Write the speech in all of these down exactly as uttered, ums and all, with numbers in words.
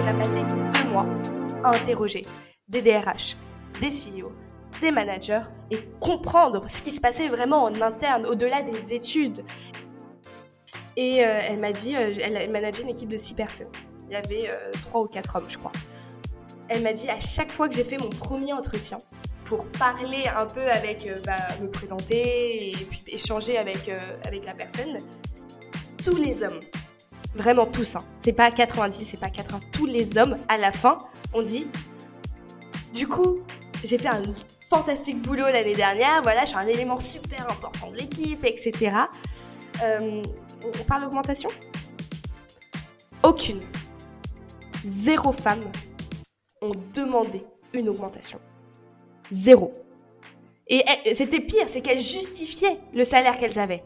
on a passé deux mois à interroger des D R H, des C E O, des managers et comprendre ce qui se passait vraiment en interne, au-delà des études. Et euh, elle m'a dit, euh, elle manageait une équipe de six personnes. Il y avait euh, trois ou quatre hommes, je crois. Elle m'a dit, à chaque fois que j'ai fait mon premier entretien, pour parler un peu avec, euh, bah, me présenter et puis échanger avec, euh, avec la personne, tous les hommes, vraiment tous, hein, c'est pas quatre-vingt-dix, c'est pas quatre-vingts, tous les hommes, à la fin, ont dit, du coup, j'ai fait un fantastique boulot l'année dernière, voilà, je suis un élément super important de l'équipe, et cetera. Euh, on parle d'augmentation ? Aucune. Zéro femme ont demandé une augmentation. Zéro. Et elle, c'était pire, c'est qu'elles justifiaient le salaire qu'elles avaient.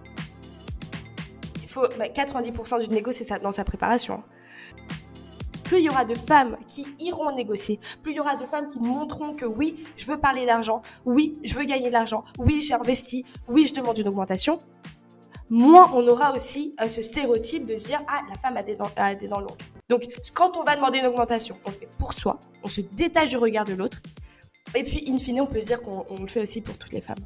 Il faut, bah, quatre-vingt-dix pour cent du négo, c'est ça, dans sa préparation. Plus il y aura de femmes qui iront négocier, plus il y aura de femmes qui montreront que oui, je veux parler d'argent, oui, je veux gagner de l'argent, oui, j'ai investi, oui, je demande une augmentation, moins on aura aussi euh, ce stéréotype de se dire « Ah, la femme a des dents, a des dents longues ». Donc, quand on va demander une augmentation, on le fait pour soi, on se détache du regard de l'autre, et puis, in fine, on peut se dire qu'on on le fait aussi pour toutes les femmes.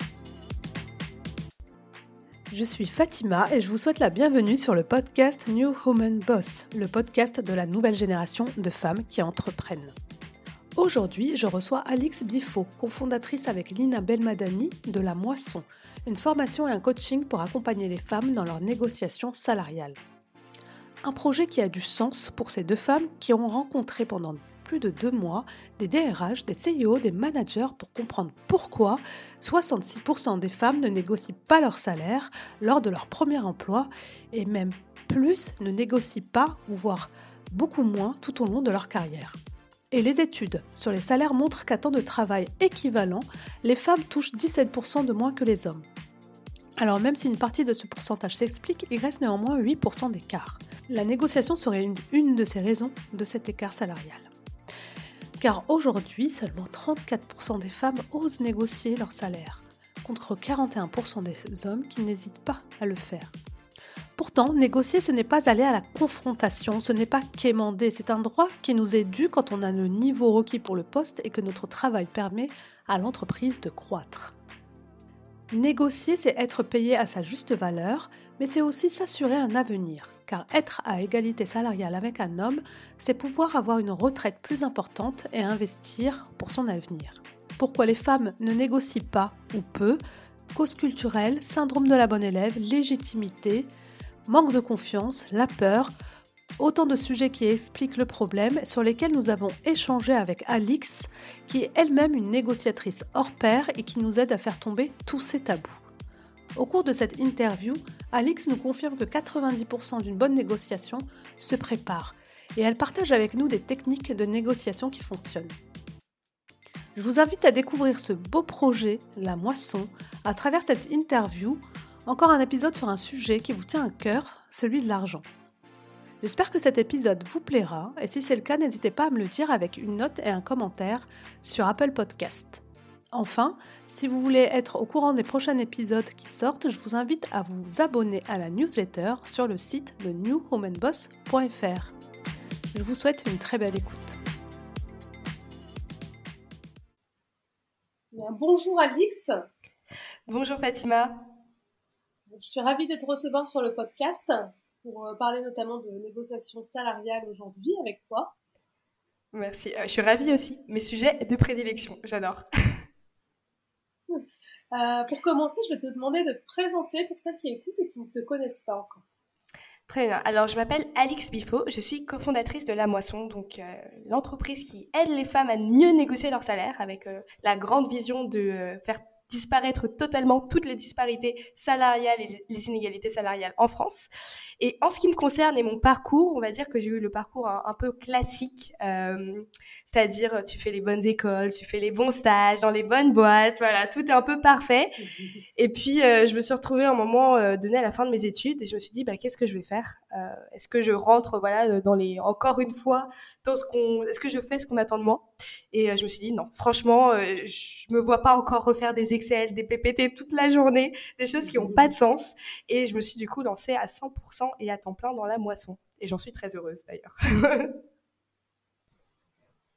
Je suis Fatima et je vous souhaite la bienvenue sur le podcast New Woman Boss, le podcast de la nouvelle génération de femmes qui entreprennent. Aujourd'hui, je reçois Alix Bifo, cofondatrice avec Lina Belmadani de La Moisson, une formation et un coaching pour accompagner les femmes dans leurs négociations salariales. Un projet qui a du sens pour ces deux femmes qui ont rencontré pendant plus de deux mois des D R H, des C E O, des managers pour comprendre pourquoi soixante-six pour cent des femmes ne négocient pas leur salaire lors de leur premier emploi et même plus ne négocient pas ou voire beaucoup moins tout au long de leur carrière. Et les études sur les salaires montrent qu'à temps de travail équivalent, les femmes touchent dix-sept pour cent de moins que les hommes. Alors même si une partie de ce pourcentage s'explique, il reste néanmoins huit pour cent d'écart. La négociation serait une, une de ces raisons de cet écart salarial. Car aujourd'hui, seulement trente-quatre pour cent des femmes osent négocier leur salaire, contre quarante et un pour cent des hommes qui n'hésitent pas à le faire. Pourtant, négocier, ce n'est pas aller à la confrontation, ce n'est pas quémander, c'est un droit qui nous est dû quand on a le niveau requis pour le poste et que notre travail permet à l'entreprise de croître. Négocier, c'est être payé à sa juste valeur, mais c'est aussi s'assurer un avenir, car être à égalité salariale avec un homme, c'est pouvoir avoir une retraite plus importante et investir pour son avenir. Pourquoi les femmes ne négocient pas ou peu ? Cause culturelle, syndrome de la bonne élève, légitimité, manque de confiance, la peur, autant de sujets qui expliquent le problème, sur lesquels nous avons échangé avec Alix, qui est elle-même une négociatrice hors pair et qui nous aide à faire tomber tous ces tabous. Au cours de cette interview, Alix nous confirme que quatre-vingt-dix pour cent d'une bonne négociation se prépare et elle partage avec nous des techniques de négociation qui fonctionnent. Je vous invite à découvrir ce beau projet, La Moisson, à travers cette interview, encore un épisode sur un sujet qui vous tient à cœur, celui de l'argent. J'espère que cet épisode vous plaira et si c'est le cas, n'hésitez pas à me le dire avec une note et un commentaire sur Apple Podcast. Enfin, si vous voulez être au courant des prochains épisodes qui sortent, je vous invite à vous abonner à la newsletter sur le site de new woman boss point f r. Je vous souhaite une très belle écoute. Bien, bonjour Alix. Bonjour Fatima. Je suis ravie de te recevoir sur le podcast pour parler notamment de négociations salariales aujourd'hui avec toi. Merci, je suis ravie aussi. Mes sujets de prédilection, j'adore. Euh, pour commencer, je vais te demander de te présenter pour celles qui écoutent et qui ne te connaissent pas encore. Très bien. Alors, je m'appelle Alix Bifo. Je suis cofondatrice de La Moisson, donc euh, l'entreprise qui aide les femmes à mieux négocier leur salaire avec euh, la grande vision de euh, faire disparaître totalement toutes les disparités salariales et les inégalités salariales en France. Et en ce qui me concerne et mon parcours, on va dire que j'ai eu le parcours un, un peu classique, euh, c'est-à-dire tu fais les bonnes écoles, tu fais les bons stages dans les bonnes boîtes, voilà, tout est un peu parfait. Et puis, euh, je me suis retrouvée à un moment euh, donné à la fin de mes études et je me suis dit, bah, qu'est-ce que je vais faire ? euh, Est-ce que je rentre, voilà, dans les, encore une fois, dans ce qu'on, est-ce que je fais ce qu'on attend de moi ? Et euh, je me suis dit, non, franchement, euh, je me vois pas encore refaire des Excel, des P P T toute la journée, des choses qui n'ont pas de sens. Et je me suis du coup lancée à cent pour cent et à temps plein dans La Moisson. Et j'en suis très heureuse d'ailleurs.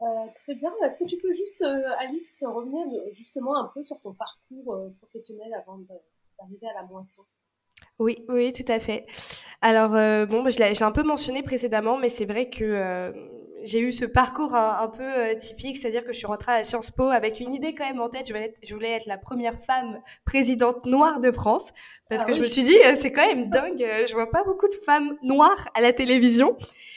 Euh, très bien. Est-ce que tu peux juste, euh, Alix, revenir de- justement un peu sur ton parcours euh, professionnel avant de- d'arriver à la moisson? Oui, oui, tout à fait. Alors, euh, bon, bah, je l'ai, je l'ai un peu mentionné précédemment, mais c'est vrai que euh, j'ai eu ce parcours un, un peu euh, typique, c'est-à-dire que je suis rentrée à Sciences Po avec une idée quand même en tête. Je voulais être, je voulais être la première femme présidente noire de France, parce Ah que je me oui. suis dit, euh, c'est quand même dingue, euh, je vois pas beaucoup de femmes noires à la télévision.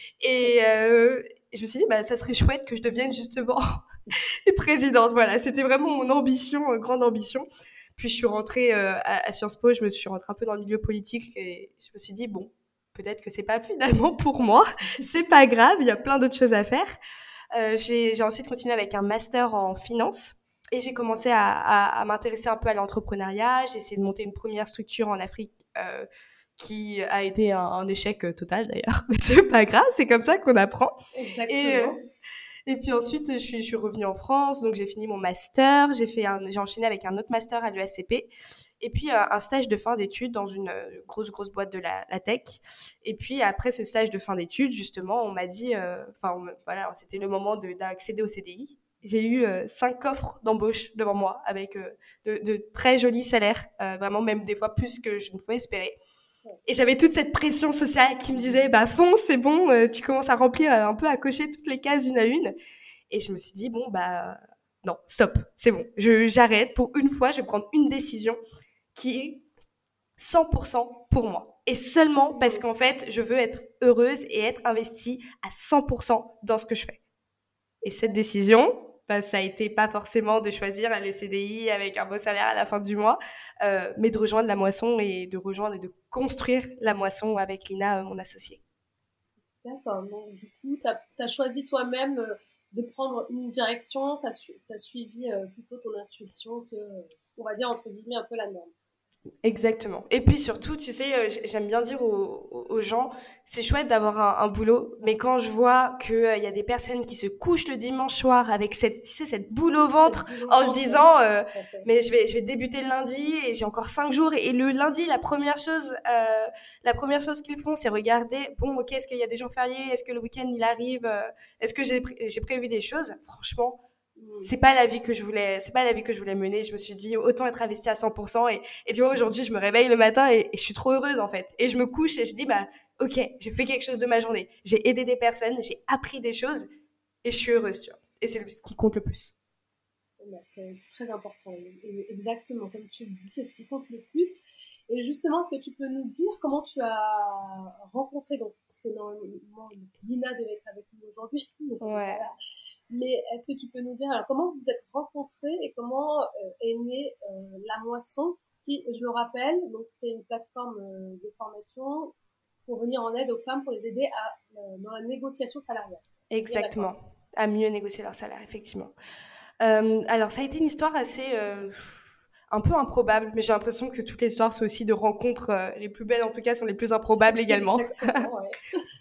Et euh, je me suis dit, bah, ça serait chouette que je devienne justement présidente. Voilà, c'était vraiment mon ambition, euh, grande ambition. Puis je suis rentrée euh, à, à Sciences Po, je me suis rentrée un peu dans le milieu politique et je me suis dit, bon, peut-être que c'est pas finalement pour moi, c'est pas grave, il y a plein d'autres choses à faire. Euh, j'ai, j'ai ensuite continué avec un master en finance et j'ai commencé à, à, à m'intéresser un peu à l'entrepreneuriat. J'ai essayé de monter une première structure en Afrique euh, qui a été un, un échec total d'ailleurs, mais c'est pas grave, c'est comme ça qu'on apprend. Et, euh, Exactement. et puis ensuite, je suis, je suis revenue en France, donc j'ai fini mon master, j'ai fait un, j'ai enchaîné avec un autre master à l'E S C P, et puis euh, un stage de fin d'études dans une euh, grosse grosse boîte de la, la tech. Et puis après ce stage de fin d'études, justement, on m'a dit, enfin euh, voilà, c'était le moment de, d'accéder au C D I. J'ai eu euh, cinq offres d'embauche devant moi avec euh, de, de très jolis salaires, euh, vraiment même des fois plus que je ne pouvais espérer. Et j'avais toute cette pression sociale qui me disait, bah fonce, c'est bon, euh, tu commences à remplir euh, un peu, à cocher toutes les cases une à une. Et je me suis dit, bon, bah non, stop, c'est bon, je, j'arrête. Pour une fois, je vais prendre une décision qui est cent pour cent pour moi. Et seulement parce qu'en fait, je veux être heureuse et être investie à cent pour cent dans ce que je fais. Et cette décision, bah, ça a été pas forcément de choisir le C D I avec un beau salaire à la fin du mois, euh, mais de rejoindre la moisson et de rejoindre et de construire la moisson avec Lina, euh, mon associée. D'accord. Donc, du coup, tu as choisi toi-même euh, de prendre une direction, tu as, su suivi euh, plutôt ton intuition que, on va dire, entre guillemets, un peu la norme. Exactement. Et puis surtout, tu sais, euh, j'aime bien dire aux, aux gens, c'est chouette d'avoir un, un boulot, mais quand je vois qu'il euh, y a des personnes qui se couchent le dimanche soir avec cette, tu sais, cette boule au ventre, Cette boule au en se ventre, disant, euh, tout à fait. mais je vais, je vais débuter le lundi et j'ai encore cinq jours, et le lundi, la première chose, euh, la première chose qu'ils font, c'est regarder, bon, ok, est-ce qu'il y a des jours fériés, est-ce que le week-end il arrive, euh, est-ce que j'ai, pré- j'ai prévu des choses? Franchement, Mm. c'est pas la vie que je voulais, c'est pas la vie que je voulais mener. Je me suis dit, autant être investie à cent pour cent. Et, et tu vois, aujourd'hui, je me réveille le matin et, et je suis trop heureuse, en fait. Et je me couche et je dis, bah, ok, j'ai fait quelque chose de ma journée. J'ai aidé des personnes, j'ai appris des choses et je suis heureuse, tu vois. Et c'est ce qui compte le plus. C'est très important. Et exactement, comme tu le dis, c'est ce qui compte le plus. Et justement, est-ce que tu peux nous dire comment tu as rencontré, donc, parce que normalement, Lina devait être avec nous aujourd'hui. Ouais. Voilà. Mais est-ce que tu peux nous dire, alors, comment vous vous êtes rencontrés et comment euh, est née euh, La Moisson, qui, je le rappelle, donc c'est une plateforme euh, de formation pour venir en aide aux femmes, pour les aider à, euh, dans la négociation salariale. Exactement. À mieux négocier leur salaire, effectivement. Euh, alors, ça a été une histoire assez... Euh, un peu improbable, mais j'ai l'impression que toutes les histoires sont aussi de rencontres, euh, les plus belles en tout cas, sont les plus improbables également. Exactement, ouais.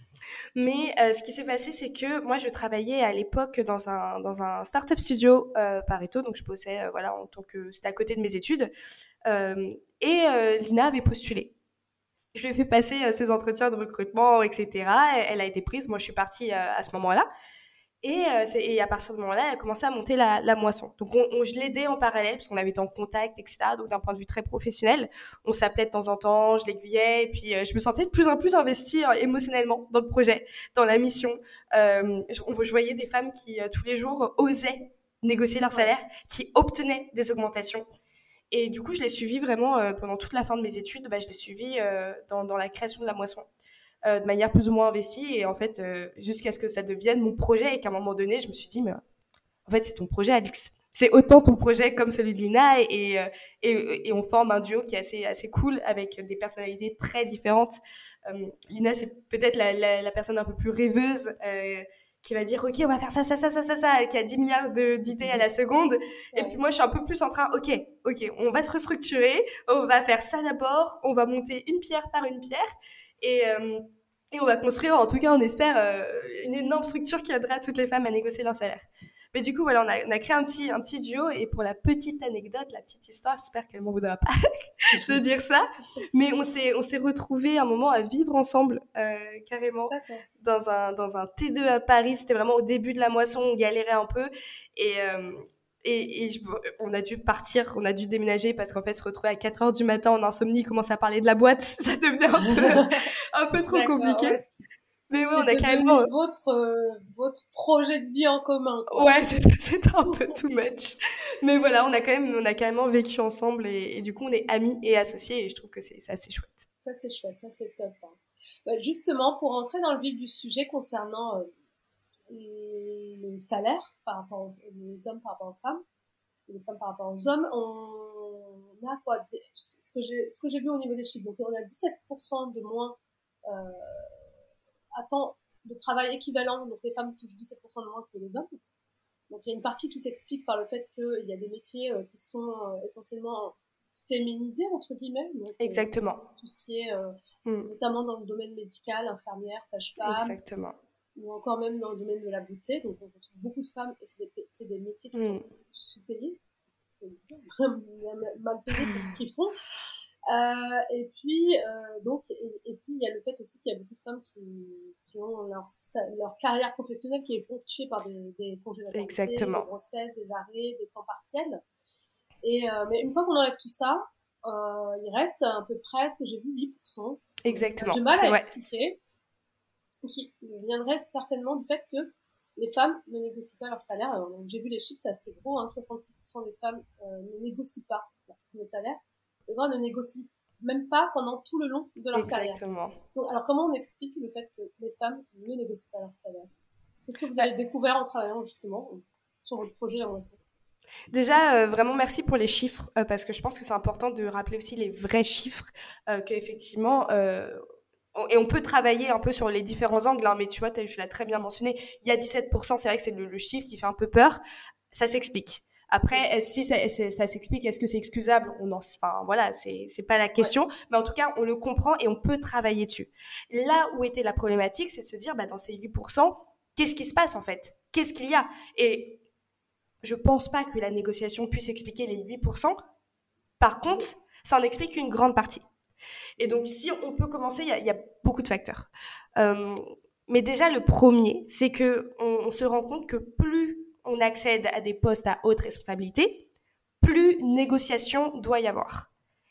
Mais euh, ce qui s'est passé, c'est que moi, je travaillais à l'époque dans un, dans un startup studio euh, Pareto, donc je bossais euh, voilà, en tant que... C'était à côté de mes études. Euh, et euh, Lina avait postulé. Je lui ai fait passer euh, ses entretiens de recrutement, et cetera. Elle, elle a été prise. Moi, je suis partie euh, à ce moment-là. Et, euh, c'est, et à partir de ce moment-là, elle a commencé à monter la, la moisson. Donc, on, on, je l'aidais en parallèle, parce qu'on avait été en contact, et cetera. Donc, d'un point de vue très professionnel, on s'appelait de temps en temps, je l'aiguillais, et puis euh, je me sentais de plus en plus investie euh, émotionnellement dans le projet, dans la mission. Euh, je, on, je voyais des femmes qui, euh, tous les jours, osaient négocier leur salaire, qui obtenaient des augmentations. Et du coup, je l'ai suivi vraiment euh, pendant toute la fin de mes études. Bah, je l'ai suivi euh, dans, dans la création de la moisson. Euh, de manière plus ou moins investie, et en fait, euh, jusqu'à ce que ça devienne mon projet, et qu'à un moment donné, je me suis dit, mais en fait, c'est ton projet, Alix. C'est autant ton projet comme celui de Lina, et, et, et, et on forme un duo qui est assez, assez cool, avec des personnalités très différentes. Euh, Lina, c'est peut-être la, la, la personne un peu plus rêveuse, euh, qui va dire, ok, on va faire ça, ça, ça, ça, ça, ça, qui a dix milliards de, d'idées à la seconde. Ouais. Et puis moi, je suis un peu plus en train, ok, ok, on va se restructurer, on va faire ça d'abord, on va monter une pierre par une pierre, et... Euh, et on va construire, en tout cas, on espère, euh, une énorme structure qui aidera toutes les femmes à négocier leur salaire. Mais du coup, voilà, on a, on a créé un petit, un petit duo. Et pour la petite anecdote, la petite histoire, j'espère qu'elle m'en voudra pas de dire ça. Mais on s'est, on s'est retrouvés un moment à vivre ensemble, euh, carrément, D'accord. dans un, dans un T deux à Paris. C'était vraiment au début de la moisson, on galérait un peu. Et, euh, et, et je, on a dû partir, on a dû déménager parce qu'en fait, se retrouver à quatre heures du matin en insomnie, commencer à parler de la boîte, ça devenait un peu, un peu trop D'accord, compliqué. ouais. Mais ouais, C'est on a devenu carrément... votre, euh, votre projet de vie en commun, quoi. Ouais, c'était, c'était un peu too much. Mais voilà, on a quand même, on a carrément vécu ensemble et, et du coup, on est amis et associés et je trouve que c'est, c'est assez chouette. Ça, c'est chouette, ça, c'est top. Hein. Bah, justement, pour entrer dans le vif du sujet concernant euh, le salaire par rapport aux les hommes par rapport aux femmes, les femmes par rapport aux hommes, on a quoi, ce que j'ai, ce que j'ai vu au niveau des chiffres. Donc, on a dix-sept pour cent de moins euh, à temps de travail équivalent. Donc, les femmes touchent dix-sept pour cent de moins que les hommes. Donc, il y a une partie qui s'explique par le fait qu'il y a des métiers euh, qui sont euh, essentiellement féminisés, entre guillemets. Donc, Exactement. Euh, tout ce qui est, euh, Mm. notamment dans le domaine médical, infirmière, sage-femme. Exactement. Ou encore même dans le domaine de la beauté. Donc, on retrouve beaucoup de femmes et c'est des, c'est des métiers qui Mm. sont sous-payés. Faut le dire, mal payés pour ce qu'ils font. Euh, et puis, euh, donc, et, et puis, il y a le fait aussi qu'il y a beaucoup de femmes qui, qui ont leur, leur carrière professionnelle qui est ponctuée par des, des congés maternité, Exactement. des grossesses, des arrêts, des temps partiels. Et, euh, mais une fois qu'on enlève tout ça, euh, il reste à peu près, ce que j'ai vu, huit pour cent. Exactement. J'ai du mal C'est à vrai. expliquer, qui viendrait certainement du fait que les femmes ne négocient pas leur salaire. Alors, donc, j'ai vu les chiffres, c'est assez gros, hein, soixante-six pour cent des femmes euh, ne négocient pas leur salaire. Les femmes ne négocient même pas pendant tout le long de leur Exactement. carrière. Donc, alors, comment on explique le fait que les femmes ne négocient pas leur salaire? Qu'est-ce que vous avez découvert en travaillant justement sur votre projet La Moisson? Déjà, euh, vraiment merci pour les chiffres, euh, parce que je pense que c'est important de rappeler aussi les vrais chiffres, euh, qu'effectivement, euh, on, et on peut travailler un peu sur les différents angles, hein, mais tu vois, tu l'as très bien mentionné, il y a dix-sept pour cent, c'est vrai que c'est le, le chiffre qui fait un peu peur, ça s'explique. Après, si ça, ça s'explique, est-ce que c'est excusable? On en, enfin voilà, c'est c'est pas la question, ouais. Mais en tout cas, on le comprend et on peut travailler dessus. Là où était la problématique, c'est de se dire, bah dans ces huit pour cent, qu'est-ce qui se passe en fait? Qu'est-ce qu'il y a? Et je pense pas que la négociation puisse expliquer les huit pour cent. Par contre, ça en explique une grande partie. Et donc, si on peut commencer, il y a, il y a beaucoup de facteurs. Euh, mais déjà, le premier, c'est que on, on se rend compte que plus on accède à des postes à haute responsabilité, plus négociation doit y avoir.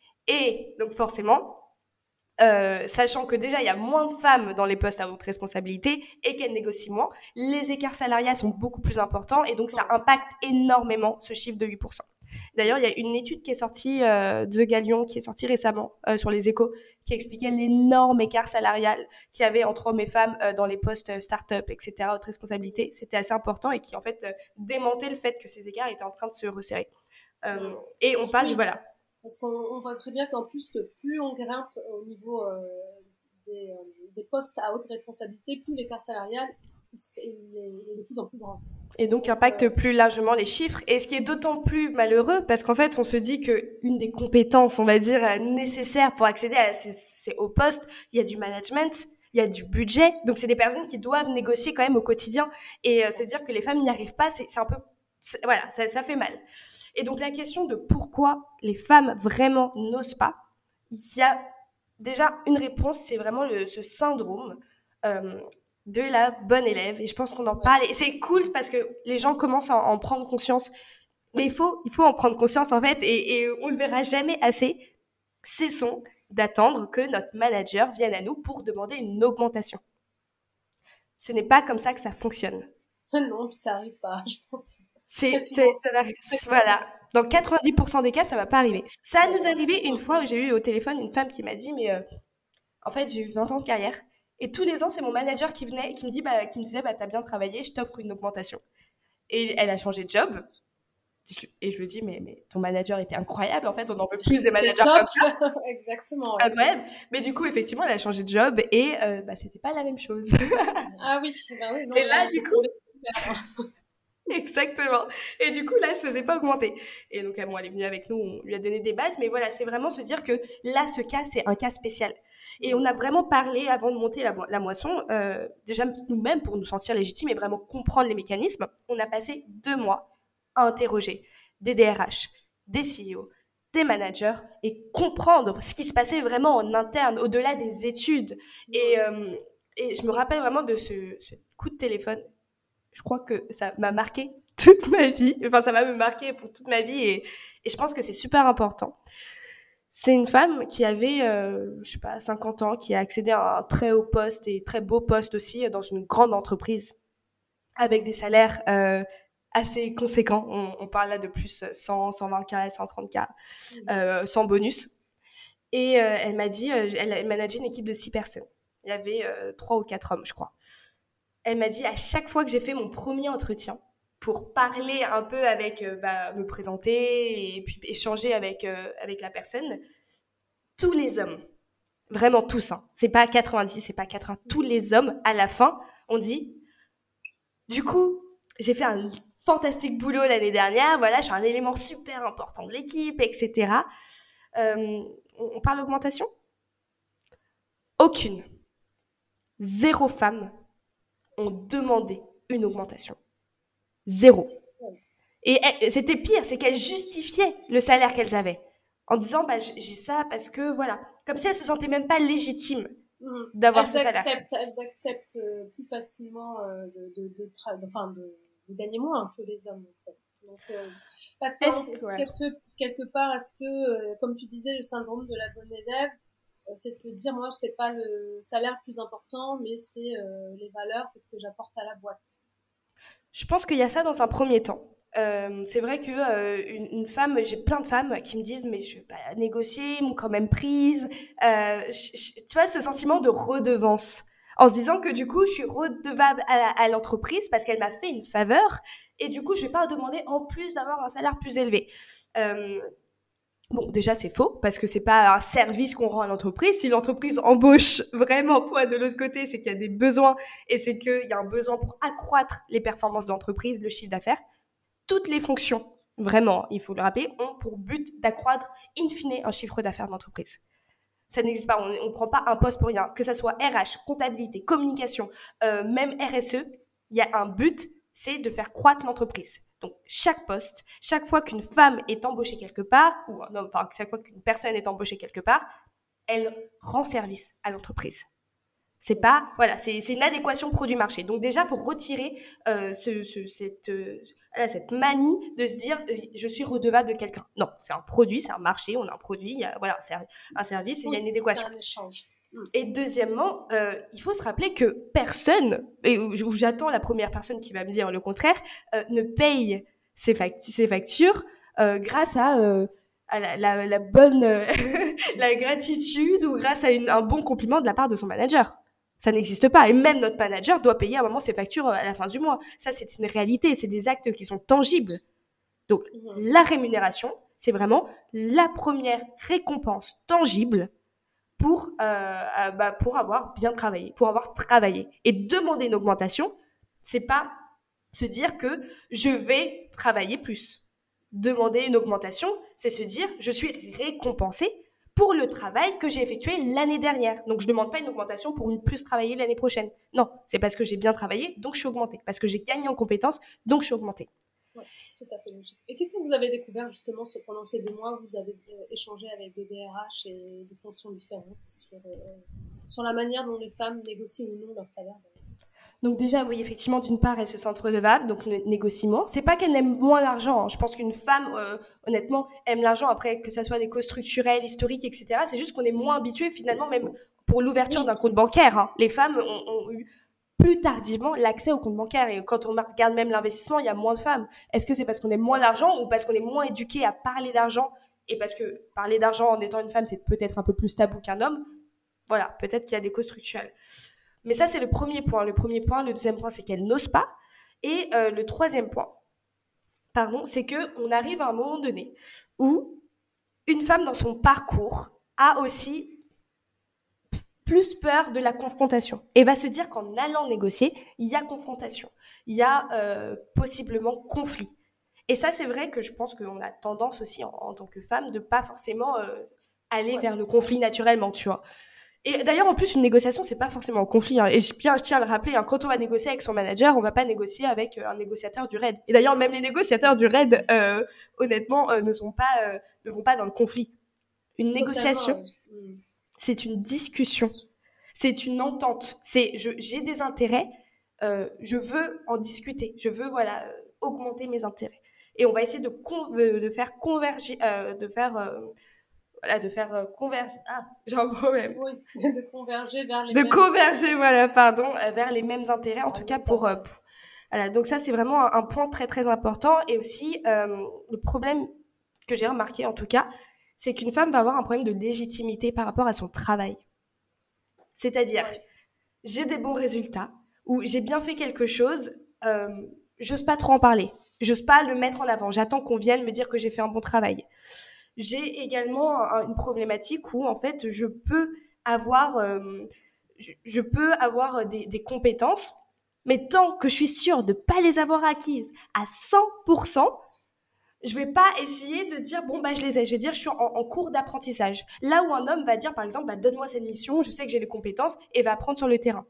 Et donc, forcément, euh, sachant que déjà, il y a moins de femmes dans les postes à haute responsabilité et qu'elles négocient moins, les écarts salariaux sont beaucoup plus importants et donc ça impacte énormément ce chiffre de huit pour cent. D'ailleurs, il y a une étude qui est sortie euh, de Galion, qui est sortie récemment euh, sur les Échos, qui expliquait l'énorme écart salarial qu'il y avait entre hommes et femmes euh, dans les postes euh, start-up, et cetera, haute responsabilité. C'était assez important et qui, en fait, euh, démentait le fait que ces écarts étaient en train de se resserrer. Euh, et on parle oui, du, voilà. Parce qu'on on voit très bien qu'en plus, que plus on grimpe au niveau euh, des, euh, des postes à haute responsabilité, plus l'écart salarial est, est de plus en plus grand. Et donc, impacte euh... plus largement les chiffres. Et ce qui est d'autant plus malheureux, parce qu'en fait, on se dit qu'une des compétences, on va dire, nécessaires pour accéder à ces, ces hauts postes, il y a du management, il y a du budget. Donc, c'est des personnes qui doivent négocier quand même au quotidien. Et euh, se dire que les femmes n'y arrivent pas, c'est, c'est un peu... C'est, voilà, ça, ça fait mal. Et donc, la question de pourquoi les femmes vraiment n'osent pas, il y a déjà une réponse, c'est vraiment le, ce syndrome... Euh, de la bonne élève, et je pense qu'on en parle, et c'est cool parce que les gens commencent à en prendre conscience, mais il faut, il faut en prendre conscience en fait, et, et on le verra jamais assez. Cessons d'attendre que notre manager vienne à nous pour demander une augmentation. Ce n'est pas comme ça que ça fonctionne. Non, ça arrive pas, je pense. C'est, c'est, ça arrive, voilà. Dans quatre-vingt-dix pour cent des cas, ça va pas arriver. Ça nous est arrivé une fois où j'ai eu au téléphone une femme qui m'a dit, mais euh, en fait, j'ai eu vingt ans de carrière. Et tous les ans, c'est mon manager qui venait, qui me, dit, bah, qui me disait bah, « t'as bien travaillé, je t'offre une augmentation ». Et elle a changé de job. Et je lui dis mais, « mais ton manager était incroyable, en fait, on en veut plus des managers comme ça. » Exactement. Ouais. Incroyable. Mais du coup, effectivement, elle a changé de job et euh, bah, c'était pas la même chose. Ah oui, bah oui. Non, et là, du coup... Exactement. Et du coup, là, elle se faisait pas augmenter. Et donc, bon, elle est venue avec nous, on lui a donné des bases, mais voilà, c'est vraiment se dire que là, ce cas, c'est un cas spécial. Et on a vraiment parlé avant de monter la, la moisson, euh, déjà nous-mêmes pour nous sentir légitimes et vraiment comprendre les mécanismes. On a passé deux mois à interroger des D R H, des C E O, des managers et comprendre ce qui se passait vraiment en interne, au-delà des études. Et, euh, et je me rappelle vraiment de ce, ce coup de téléphone. Je crois que ça m'a marqué toute ma vie. Enfin, ça va me marquer pour toute ma vie et, et je pense que c'est super important. C'est une femme qui avait, euh, je sais pas, cinquante ans, qui a accédé à un très haut poste et très beau poste aussi dans une grande entreprise avec des salaires euh, assez conséquents. On, on parle là de plus cent, cent vingt K, cent trente K, euh, sans bonus. Et euh, elle m'a dit, euh, elle, elle manageait une équipe de six personnes. Il y avait euh, trois ou quatre hommes, je crois. Elle m'a dit à chaque fois que j'ai fait mon premier entretien pour parler un peu avec, euh, bah, me présenter et puis échanger avec, euh, avec la personne, tous les hommes, vraiment tous, hein, c'est pas quatre-vingt-dix, c'est pas quatre-vingts, tous les hommes, à la fin, ont dit, du coup, j'ai fait un fantastique boulot l'année dernière, voilà, je suis un élément super important de l'équipe, et cetera. Euh, on parle d'augmentation ? Aucune. Zéro femme ont demandé une augmentation. Zéro. Et elle, c'était pire, c'est qu'elles justifiaient le salaire qu'elles avaient en disant bah, j'ai ça parce que voilà. Comme si elles se sentaient même pas légitimes mmh. d'avoir elles ce salaire. Acceptent, elles acceptent plus facilement euh, de, de, de, tra- de, enfin, de, de gagner moins que les hommes en fait. Donc, euh, parce que, que ouais. quelque, quelque part, est-ce que, euh, comme tu disais, le syndrome de la bonne élève, euh, c'est de se dire moi c'est pas le salaire le plus important, mais c'est euh, les valeurs, c'est ce que j'apporte à la boîte. Je pense qu'il y a ça dans un premier temps. Euh, c'est vrai que euh, une, une femme, j'ai plein de femmes qui me disent mais je vais pas négocier, ils m'ont quand même prise. Euh, je, je, tu vois ce sentiment de redevance, en se disant que du coup je suis redevable à, à l'entreprise parce qu'elle m'a fait une faveur et du coup je vais pas demander en plus d'avoir un salaire plus élevé. Euh, Bon, déjà, c'est faux, parce que c'est pas un service qu'on rend à l'entreprise. Si l'entreprise embauche vraiment toi de l'autre côté, c'est qu'il y a des besoins et c'est qu'il y a un besoin pour accroître les performances de l'entreprise, le chiffre d'affaires. Toutes les fonctions, vraiment, il faut le rappeler, ont pour but d'accroître in fine un chiffre d'affaires de l'entreprise. Ça n'existe pas, on ne prend pas un poste pour rien. Que ça soit R H, comptabilité, communication, euh, même R S E, il y a un but, c'est de faire croître l'entreprise. Donc, chaque poste, chaque fois qu'une femme est embauchée quelque part, ou un homme, enfin, chaque fois qu'une personne est embauchée quelque part, elle rend service à l'entreprise. C'est pas, voilà, c'est, c'est une adéquation produit-marché. Donc déjà, il faut retirer euh, ce, ce, cette, euh, cette manie de se dire je suis redevable de quelqu'un. Non, c'est un produit, c'est un marché, on a un produit, il y a, voilà, c'est un service, et il y a une adéquation. C'est un échange. Et deuxièmement, euh, il faut se rappeler que personne, et où, où j'attends la première personne qui va me dire le contraire, euh, ne paye ses, factu- ses factures euh, grâce à, euh, à la, la, la bonne euh, la gratitude ou grâce à une, un bon compliment de la part de son manager. Ça n'existe pas. Et même notre manager doit payer à un moment ses factures à la fin du mois. Ça, c'est une réalité. C'est des actes qui sont tangibles. Donc, mmh. la rémunération, c'est vraiment la première récompense tangible pour, euh, bah, pour avoir bien travaillé, pour avoir travaillé. Et demander une augmentation, c'est pas se dire que je vais travailler plus. Demander une augmentation, c'est se dire je suis récompensé pour le travail que j'ai effectué l'année dernière. Donc, je ne demande pas une augmentation pour une plus travailler l'année prochaine. Non, c'est parce que j'ai bien travaillé, donc je suis augmentée. Parce que j'ai gagné en compétences, donc je suis augmentée. Ouais, c'est tout à fait logique. Et qu'est-ce que vous avez découvert justement pendant ces deux mois où vous avez euh, échangé avec des D R H et des fonctions différentes sur, euh, sur la manière dont les femmes négocient ou non leur salaire? Donc déjà, oui, effectivement, d'une part, elle se sent redevable, donc négocie moins. C'est pas qu'elle aime moins l'argent. Hein. Je pense qu'une femme, euh, honnêtement, aime l'argent. Après, que ça soit des causes structurelles, historiques, et cetera. C'est juste qu'on est moins habitué, finalement, même pour l'ouverture oui, d'un compte bancaire. Hein. Les femmes ont, ont eu plus tardivement l'accès au compte bancaire. Et quand on regarde même l'investissement, il y a moins de femmes. Est-ce que c'est parce qu'on aime moins l'argent ou parce qu'on est moins éduqué à parler d'argent? Et parce que parler d'argent en étant une femme, c'est peut-être un peu plus tabou qu'un homme. Voilà, peut-être qu'il y a des causes structurelles. Mais ça, c'est le premier point. Le premier point. Le deuxième point, c'est qu'elle n'ose pas. Et euh, le troisième point, pardon, c'est qu'on arrive à un moment donné où une femme, dans son parcours, a aussi plus peur de la confrontation et va se dire qu'en allant négocier, il y a confrontation, il y a euh, possiblement conflit. Et ça, c'est vrai que je pense qu'on a tendance aussi en, en tant que femme de pas forcément euh, aller Ouais. vers le conflit naturellement, tu vois. Et d'ailleurs, en plus, une négociation, c'est pas forcément un conflit. Hein. Et je, bien, je tiens à le rappeler, hein, quand on va négocier avec son manager, on va pas négocier avec euh, un négociateur du raid. Et d'ailleurs, même les négociateurs du raid, euh, honnêtement, euh, ne sont pas, euh, ne vont pas dans le conflit. Une négociation, Totalement. c'est une discussion, c'est une entente. C'est, je, j'ai des intérêts, euh, je veux en discuter, je veux voilà euh, augmenter mes intérêts. Et on va essayer de, con, de, de faire converger, euh, de faire euh, voilà, de faire euh, converger. Ah, j'ai un problème. Oui, de converger vers les de mêmes... converger, voilà, pardon, euh, vers les mêmes intérêts, en Ah, tout cas pour. Euh, pour- voilà, donc ça, c'est vraiment un, un point très très important. Et aussi, euh, le problème que j'ai remarqué, en tout cas, c'est qu'une femme va avoir un problème de légitimité par rapport à son travail. C'est-à-dire, Ouais. j'ai des bons résultats, ou j'ai bien fait quelque chose, euh, j'ose pas trop en parler, j'ose pas le mettre en avant, j'attends qu'on vienne me dire que j'ai fait un bon travail. J'ai également un- une problématique où, en fait, je peux avoir, euh, je, je peux avoir des, des compétences, mais tant que je suis sûre de ne pas les avoir acquises à cent pour cent, je vais pas essayer de dire, bon, bah, je les ai. Je vais dire, je suis en, en cours d'apprentissage. Là où un homme va dire, par exemple, bah, donne-moi cette mission, je sais que j'ai les compétences, et va apprendre sur le terrain.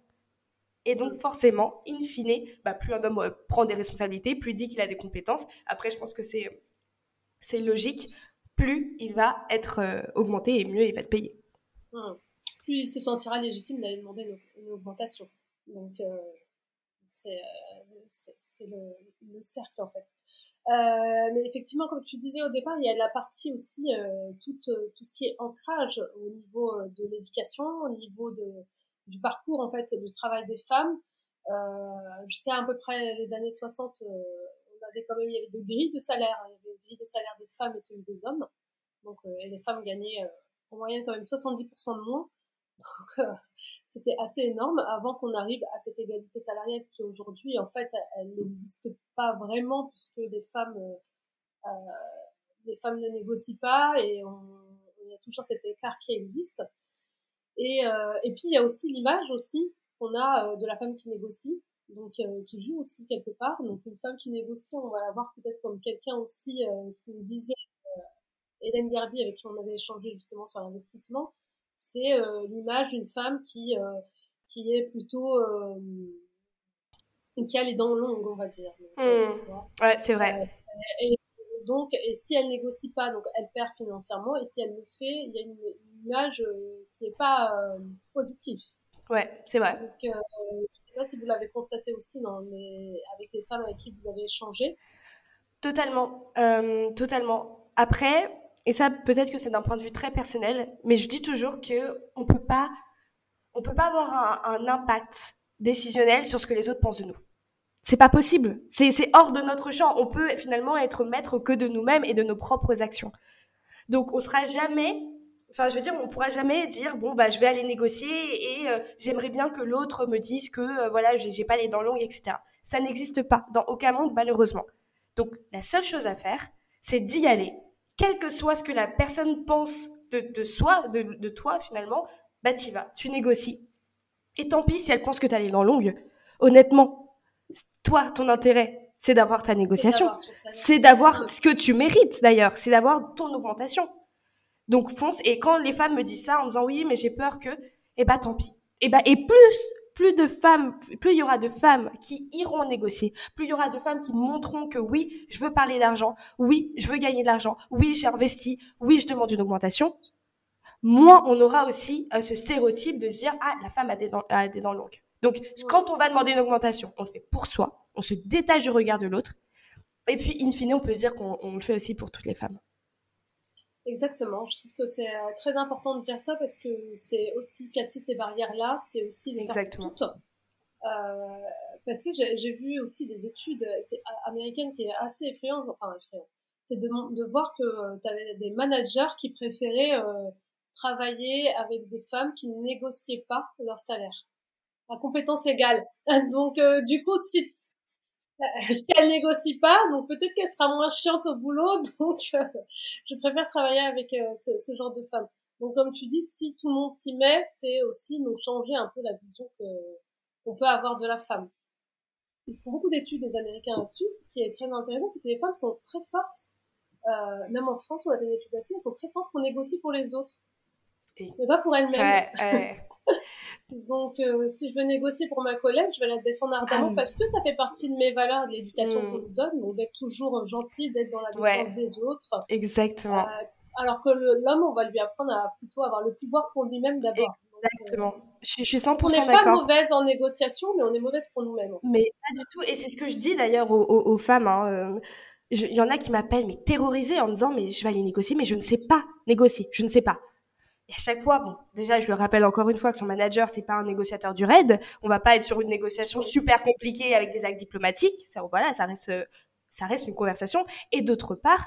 Et donc, forcément, in fine, bah, plus un homme euh, prend des responsabilités, plus il dit qu'il a des compétences. Après, je pense que c'est, c'est logique. Plus il va être euh, augmenté et mieux il va être payé. Hum. Plus il se sentira légitime d'aller demander une, une augmentation. Donc, euh, c'est, euh, c'est, c'est le, le cercle, en fait. Euh, mais effectivement, comme tu disais au départ, il y a la partie aussi, euh, tout, tout ce qui est ancrage au niveau de l'éducation, au niveau de, du parcours, en fait, du travail des femmes. Euh, jusqu'à à peu près les années soixante, euh, on avait quand même, il y avait deux grilles de salaire. Il y avait une grille des salaires des femmes et celui des hommes. Donc, euh, et les femmes gagnaient euh, en moyenne quand même soixante-dix pour cent de moins. Donc, euh, c'était assez énorme avant qu'on arrive à cette égalité salariale qui aujourd'hui, en fait, elle n'existe pas vraiment puisque les femmes, euh, les femmes ne négocient pas et on, il y a toujours cet écart qui existe. Et, euh, et puis, il y a aussi l'image aussi qu'on a euh, de la femme qui négocie, donc euh, qui joue aussi quelque part. Donc, une femme qui négocie, on va la voir peut-être comme quelqu'un aussi, euh, ce qu'on disait Hélène Garbi, avec qui on avait échangé justement sur l'investissement, c'est euh, l'image d'une femme qui euh, qui est plutôt euh, qui a les dents longues, on va dire. Donc, euh, Mmh. Ouais, c'est vrai. euh, et donc, et si elle négocie pas, donc elle perd financièrement, et si elle le fait, il y a une, une image euh, qui est pas euh, positive. Ouais, c'est vrai. Donc, euh, je sais pas si vous l'avez constaté aussi dans les, avec les femmes avec qui vous avez échangé. Totalement, euh, totalement. Après, et ça peut-être que c'est d'un point de vue très personnel, mais je dis toujours que on peut pas, on peut pas avoir un, un impact décisionnel sur ce que les autres pensent de nous. C'est pas possible. C'est, c'est hors de notre champ. On peut finalement être maître que de nous-mêmes et de nos propres actions. Donc on sera jamais, enfin je veux dire, on pourra jamais dire bon bah je vais aller négocier et euh, j'aimerais bien que l'autre me dise que euh, voilà j'ai, j'ai pas les dents longues, et cetera. Ça n'existe pas dans aucun monde malheureusement. Donc la seule chose à faire, c'est d'y aller, quel que soit ce que la personne pense de, de soi, de, de toi finalement, bah t'y vas, tu négocies. Et tant pis si elle pense que t'as les dents longues. Honnêtement, toi ton intérêt, c'est d'avoir ta négociation, c'est d'avoir ce que tu mérites d'ailleurs, c'est d'avoir ton augmentation. Donc fonce, et quand les femmes me disent ça en me disant oui mais j'ai peur que, eh bah tant pis. Et bah et plus plus de femmes, plus il y aura de femmes qui iront négocier, plus il y aura de femmes qui montreront que oui, je veux parler d'argent, oui, je veux gagner de l'argent, oui, j'ai investi, oui, je demande une augmentation, moins on aura aussi euh, ce stéréotype de se dire ah la femme a des dents, a des dents longues. Donc quand on va demander une augmentation, on le fait pour soi, on se détache du regard de l'autre, et puis in fine on peut se dire qu'on on le fait aussi pour toutes les femmes. Exactement, je trouve que c'est très important de dire ça parce que c'est aussi casser ces barrières-là, c'est aussi les faire toutes. Euh, parce que j'ai, j'ai vu aussi des études américaines qui est assez effrayantes, enfin effrayantes. C'est de, de voir que tu avais des managers qui préféraient euh, travailler avec des femmes qui ne négociaient pas leur salaire à compétence égale. Donc euh, du coup, si si elle négocie pas, donc peut-être qu'elle sera moins chiante au boulot, donc euh, je préfère travailler avec euh, ce, ce genre de femmes. Donc, comme tu dis, si tout le monde s'y met, c'est aussi nous changer un peu la vision que, qu'on peut avoir de la femme. Ils font beaucoup d'études, les Américains, là-dessus. Ce qui est très intéressant, c'est que les femmes sont très fortes. Euh, même en France, on a fait une étude là-dessus. Elles sont très fortes pour négocier pour les autres, Et... mais pas pour elles-mêmes. Ouais, ouais. Donc, euh, si je veux négocier pour ma collègue, je vais la défendre ardemment ah, parce que ça fait partie de mes valeurs et de l'éducation mmh. qu'on nous donne. Donc, d'être toujours gentil, d'être dans la défense ouais. des autres. Exactement. Euh, alors que le, l'homme, on va lui apprendre à plutôt avoir le pouvoir pour lui-même d'abord. Exactement. Donc, euh, je, je suis cent pour cent d'accord. On n'est pas mauvaise en négociation, mais on est mauvaise pour nous-mêmes. En fait. Mais pas du tout. Et c'est ce que je dis d'ailleurs aux, aux, aux femmes. Hein. Il y en a qui m'appellent mais terrorisées en me disant mais je vais aller négocier, mais je ne sais pas négocier. Je ne sais pas. Et à chaque fois, bon, déjà, je le rappelle encore une fois que son manager, c'est pas un négociateur du raid. On va pas être sur une négociation super compliquée avec des actes diplomatiques. Ça, voilà, ça reste, ça reste une conversation. Et d'autre part,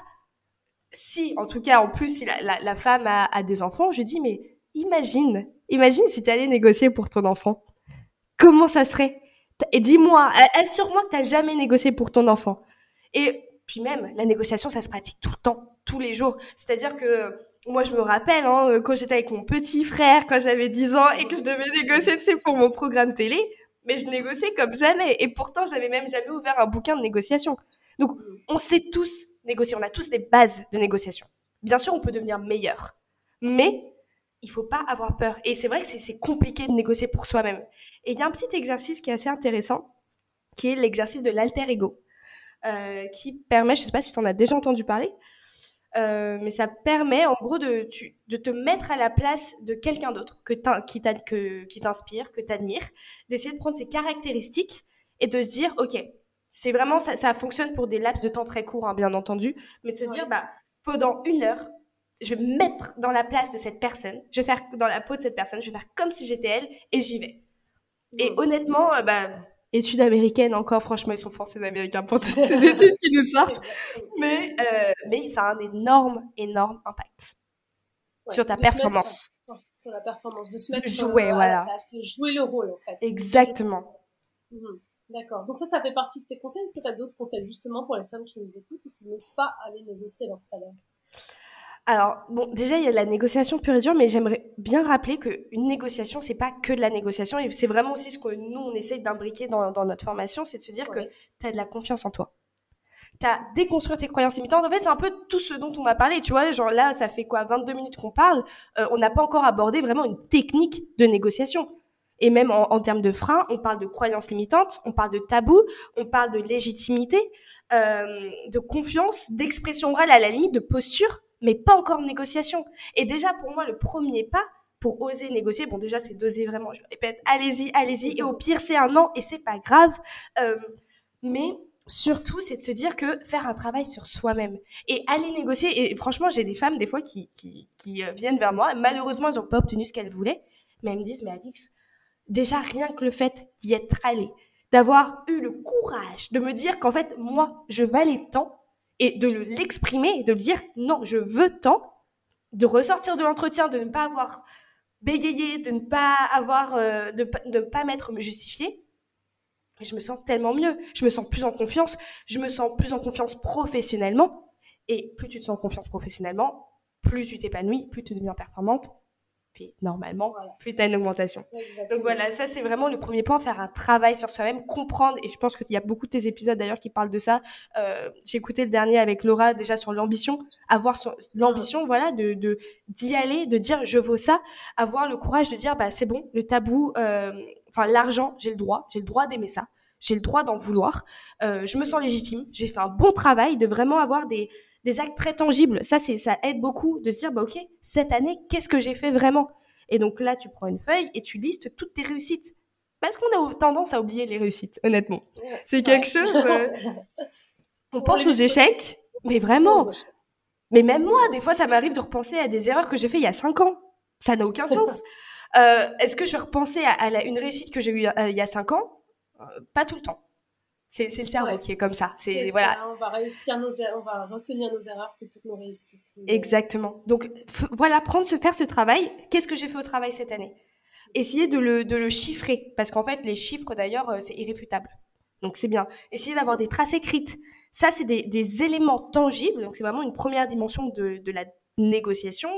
si, en tout cas, en plus, si la, la, la femme a, a des enfants, je dis, mais imagine, imagine si tu allais négocier pour ton enfant. Comment ça serait? Et dis-moi, assure-moi que t'as jamais négocié pour ton enfant. Et puis même, la négociation, ça se pratique tout le temps, tous les jours. C'est-à-dire que moi, je me rappelle, hein, quand j'étais avec mon petit frère, quand j'avais dix ans, et que je devais négocier, tu sais, pour mon programme télé, mais je négociais comme jamais. Et pourtant, j'avais même jamais ouvert un bouquin de négociation. Donc, on sait tous négocier, on a tous des bases de négociation. Bien sûr, on peut devenir meilleur, mais il faut pas avoir peur. Et c'est vrai que c'est, c'est compliqué de négocier pour soi-même. Et il y a un petit exercice qui est assez intéressant, qui est l'exercice de l'alter ego, euh, qui permet, je sais pas si tu en as déjà entendu parler, Euh, mais ça permet en gros de, tu, de te mettre à la place de quelqu'un d'autre que qui, que, qui t'inspire, que t'admires, d'essayer de prendre ses caractéristiques et de se dire, ok, c'est vraiment, ça, ça fonctionne pour des laps de temps très courts, hein, bien entendu, mais de se ouais. dire, bah, pendant une heure, je vais me mettre dans la place de cette personne, je vais faire dans la peau de cette personne, je vais faire comme si j'étais elle et j'y vais. Ouais. Et honnêtement, euh, bah, études américaines encore, franchement, ils sont forcés d'américains pour toutes ces études qui nous sortent. Mais, euh, mais ça a un énorme, énorme impact ouais, sur ta performance. Mettre, sur la performance, de se mettre jouer, euh, voilà. à la place, de jouer le rôle, en fait. Exactement. Mmh. D'accord. Donc ça, ça fait partie de tes conseils. Est-ce que tu as d'autres conseils, justement, pour les femmes qui nous écoutent et qui n'osent pas aller négocier leur salaire? Alors, bon, déjà, il y a la négociation pure et dure, mais j'aimerais bien rappeler qu'une négociation, c'est pas que de la négociation, et c'est vraiment aussi ce que nous, on essaye d'imbriquer dans, dans notre formation, c'est de se dire ouais. que tu as de la confiance en toi. Tu as déconstruire tes croyances limitantes. En fait, c'est un peu tout ce dont on m'a parlé, tu vois, genre là, ça fait quoi, vingt-deux minutes qu'on parle, euh, on n'a pas encore abordé vraiment une technique de négociation. Et même en, en termes de freins, on parle de croyances limitantes, on parle de tabous, on parle de légitimité, euh, de confiance, d'expression orale, à la limite de posture, mais pas encore de négociation. Et déjà, pour moi, le premier pas pour oser négocier, bon, déjà, c'est d'oser vraiment, je répète, allez-y, allez-y, et au pire, c'est un non, et c'est pas grave. Euh, mais surtout, c'est de se dire que faire un travail sur soi-même et aller négocier. Et franchement, j'ai des femmes, des fois, qui, qui, qui viennent vers moi. Malheureusement, elles n'ont pas obtenu ce qu'elles voulaient, mais elles me disent, mais Alix, déjà, rien que le fait d'y être allée, d'avoir eu le courage de me dire qu'en fait, moi, je valais tant, et de l'exprimer, de dire non, je veux tant, de ressortir de l'entretien, de ne pas avoir bégayé, de ne pas avoir, euh, de, de ne pas m'être justifiée, je me sens tellement mieux, je me sens plus en confiance, je me sens plus en confiance professionnellement, et plus tu te sens en confiance professionnellement, plus tu t'épanouis, plus tu deviens performante, puis normalement, voilà. plus tu as une augmentation. Exactement. Donc voilà, ça c'est vraiment le premier point, faire un travail sur soi-même, comprendre, et je pense qu'il y a beaucoup de tes épisodes d'ailleurs qui parlent de ça. Euh, j'ai écouté le dernier avec Laura déjà sur l'ambition, avoir son, l'ambition, voilà, de, de, d'y aller, de dire je vaux ça, avoir le courage de dire bah c'est bon, le tabou, euh, enfin l'argent, j'ai le droit, j'ai le droit d'aimer ça, j'ai le droit d'en vouloir, euh, je me sens légitime, j'ai fait un bon travail, de vraiment avoir des des actes très tangibles. Ça, c'est, ça aide beaucoup de se dire, bah, ok, cette année, qu'est-ce que j'ai fait vraiment? Et donc là, tu prends une feuille et tu listes toutes tes réussites. Parce qu'on a tendance à oublier les réussites, honnêtement. Ouais, c'est, c'est quelque chose... Euh... on, on pense aux échecs, mais vraiment. Mais même moi, des fois, ça m'arrive de repenser à des erreurs que j'ai fait il y a cinq ans. Ça n'a aucun sens. euh, est-ce que je vais repenser à, à la, une réussite que j'ai eue euh, il y a cinq ans? euh, Pas tout le temps. C'est, c'est le cerveau ouais. qui est comme ça. C'est, c'est voilà. ça, on va réussir nos er- on va retenir nos erreurs plutôt que nos réussites. Mais... Exactement. Donc f- voilà, prendre, se faire ce travail. Qu'est-ce que j'ai fait au travail cette année? Essayer de le, de le chiffrer, parce qu'en fait, les chiffres d'ailleurs, euh, c'est irréfutable. Donc c'est bien. Essayer d'avoir des traces écrites. Ça, c'est des, des éléments tangibles. Donc c'est vraiment une première dimension de, de la négociation.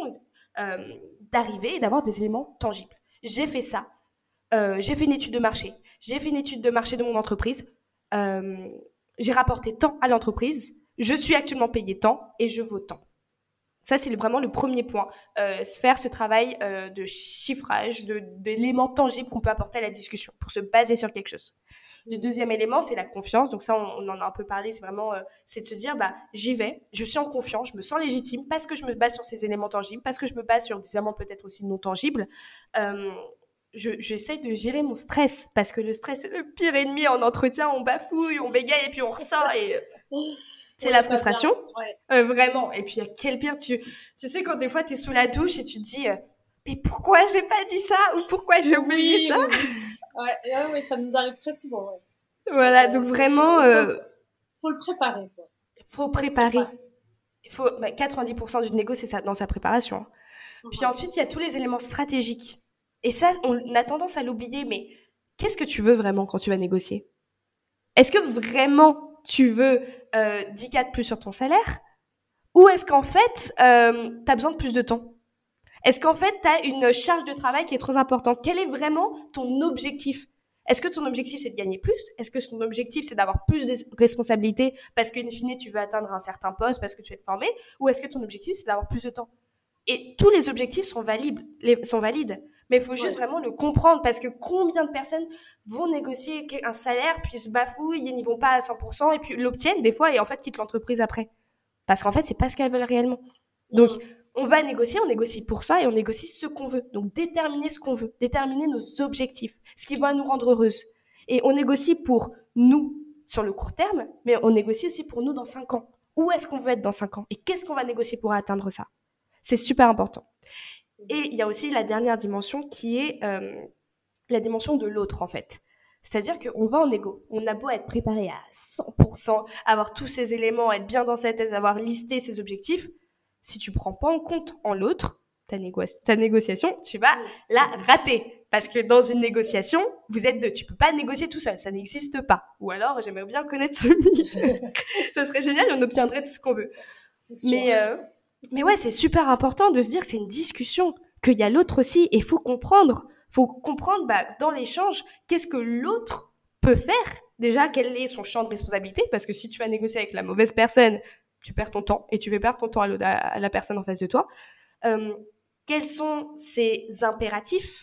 euh, d'arriver et d'avoir des éléments tangibles. J'ai fait ça. Euh, j'ai fait une étude de marché. J'ai fait une étude de marché de mon entreprise. Euh, j'ai rapporté tant à l'entreprise. Je suis actuellement payé tant et je vaux tant. Ça, c'est vraiment le premier point. Euh, faire ce travail euh, de chiffrage, de, d'éléments tangibles qu'on peut apporter à la discussion pour se baser sur quelque chose. Le deuxième élément, c'est la confiance. Donc ça, on, on en a un peu parlé. C'est vraiment, euh, c'est de se dire, bah, j'y vais, je suis en confiance, je me sens légitime parce que je me base sur ces éléments tangibles, parce que je me base sur des éléments peut-être aussi non tangibles. Euh, je, j'essaie de gérer mon stress parce que le stress, c'est le pire ennemi en entretien. On bafouille, on bégaye et puis on ressort et... C'est ouais, la frustration, ouais. euh, vraiment. Et puis, à quel pire, tu, tu sais, quand des fois, tu es sous la douche et tu te dis, euh, mais pourquoi j'ai pas dit ça ou pourquoi j'ai oublié oui, ça oui. Ouais, ouais, ouais, ça nous arrive très souvent. Ouais. Voilà, euh, donc vraiment... Il faut, euh, faut le préparer. Il faut préparer. Il faut, bah, quatre-vingt-dix pour cent du négo, c'est ça, dans sa préparation. Hein. Mmh. Puis ensuite, il y a tous les éléments stratégiques. Et ça, on a tendance à l'oublier, mais qu'est-ce que tu veux vraiment quand tu vas négocier ? Est-ce que vraiment... tu veux euh, dix K de plus sur ton salaire, ou est-ce qu'en fait, euh, tu as besoin de plus de temps ? Est-ce qu'en fait, tu as une charge de travail qui est trop importante ? Quel est vraiment ton objectif ? Est-ce que ton objectif, c'est de gagner plus ? Est-ce que ton objectif, c'est d'avoir plus de responsabilités parce qu'in fine, tu veux atteindre un certain poste, parce que tu veux être formé ? Ou est-ce que ton objectif, c'est d'avoir plus de temps ? Et tous les objectifs sont valides, les, sont valides. Mais il faut juste ouais. vraiment le comprendre, parce que combien de personnes vont négocier un salaire, puis se bafouillent, ils n'y vont pas à cent pour cent, et puis l'obtiennent des fois, et en fait quittent l'entreprise après. Parce qu'en fait, c'est pas ce qu'elles veulent réellement. Donc, mmh. on va négocier, on négocie pour ça, et on négocie ce qu'on veut. Donc, déterminer ce qu'on veut, déterminer nos objectifs, ce qui va nous rendre heureuses. Et on négocie pour nous sur le court terme, mais on négocie aussi pour nous dans cinq ans. Où est-ce qu'on veut être dans cinq ans ? Et qu'est-ce qu'on va négocier pour atteindre ça ? C'est super important. Et il y a aussi la dernière dimension qui est euh, la dimension de l'autre, en fait. C'est-à-dire qu'on va en égo. On a beau être préparé à cent pour cent, avoir tous ces éléments, être bien dans sa tête, avoir listé ses objectifs. Si tu ne prends pas en compte en l'autre ta, négo- ta négociation, tu vas la rater. Parce que dans une négociation, vous êtes deux. Tu ne peux pas négocier tout seul. Ça n'existe pas. Ou alors, j'aimerais bien connaître ce mythe. Ça serait génial et on obtiendrait tout ce qu'on veut. Mais... Euh, Mais ouais, c'est super important de se dire que c'est une discussion, qu'il y a l'autre aussi, et il faut comprendre. Il faut comprendre bah, dans l'échange, qu'est-ce que l'autre peut faire. Déjà, quel est son champ de responsabilité, parce que si tu vas négocier avec la mauvaise personne, tu perds ton temps, et tu fais perdre ton temps à, à la personne en face de toi. Euh, quels sont ses impératifs ?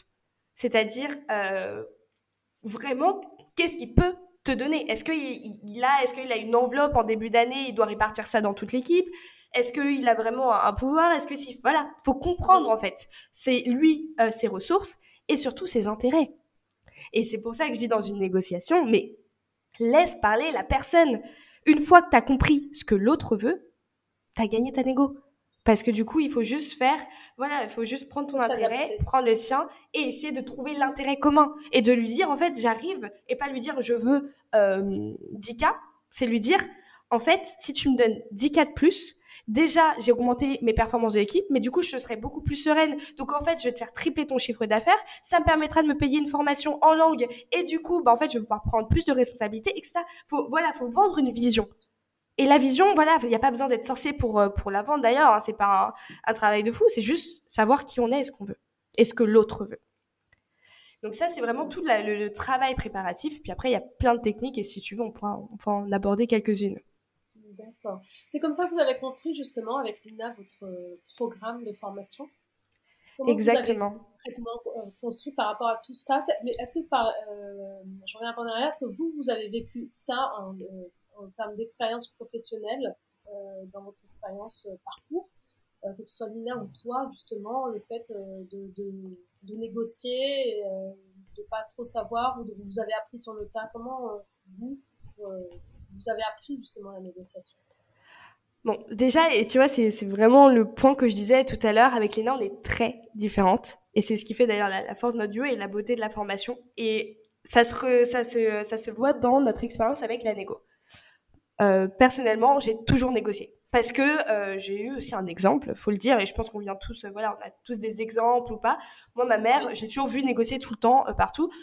C'est-à-dire, euh, vraiment, qu'est-ce qu'il peut te donner ? Est-ce qu'il, il a, est-ce qu'il a une enveloppe en début d'année, il doit répartir ça dans toute l'équipe ? Est-ce qu'il a vraiment un pouvoir ? Est-ce que si... Voilà, il faut comprendre en fait. C'est lui, euh, ses ressources et surtout ses intérêts. Et c'est pour ça que je dis dans une négociation, mais laisse parler la personne. Une fois que tu as compris ce que l'autre veut, tu as gagné ta négo. Parce que du coup, il faut juste faire... Voilà, il faut juste prendre ton intérêt, prendre le sien et essayer de trouver l'intérêt commun. Et de lui dire, en fait, j'arrive, et pas lui dire, je veux euh, dix K. C'est lui dire, en fait, si tu me donnes dix K de plus... Déjà, j'ai augmenté mes performances de l'équipe, mais du coup, je serai beaucoup plus sereine. Donc, en fait, je vais te faire tripler ton chiffre d'affaires. Ça me permettra de me payer une formation en langue. Et du coup, bah, en fait, je vais pouvoir prendre plus de responsabilités, et cetera. Faut, voilà, faut vendre une vision. Et la vision, voilà, il n'y a pas besoin d'être sorcier pour, pour la vendre d'ailleurs. Hein, c'est pas un, un travail de fou. C'est juste savoir qui on est et ce qu'on veut. Et ce que l'autre veut. Donc ça, c'est vraiment tout la, le, le travail préparatif. Puis après, il y a plein de techniques. Et si tu veux, on pourra, on pourra en aborder quelques-unes. D'accord. C'est comme ça que vous avez construit justement avec Lina votre programme de formation. Comment Exactement. Vous avez concrètement construit par rapport à tout ça. Mais est-ce que par, euh, je reviens un peu en arrière, est-ce que vous vous avez vécu ça en, euh, en termes d'expérience professionnelle euh, dans votre expérience euh, parcours, euh, que ce soit Lina ou toi justement, le fait euh, de, de, de négocier, euh, de pas trop savoir ou de vous avez appris sur le tas. Comment euh, vous euh, vous avez appris justement la négociation? Bon, déjà, et tu vois, c'est, c'est vraiment le point que je disais tout à l'heure. Avec Léna, on est très différentes. Et c'est ce qui fait d'ailleurs la, la force de notre duo et la beauté de la formation. Et ça se, re, ça se, ça se voit dans notre expérience avec la négo. Euh, personnellement, j'ai toujours négocié. Parce que euh, j'ai eu aussi un exemple, faut le dire, et je pense qu'on vient tous, euh, voilà, on a tous des exemples ou pas. Moi, ma mère, j'ai toujours vu négocier tout le temps, euh, partout.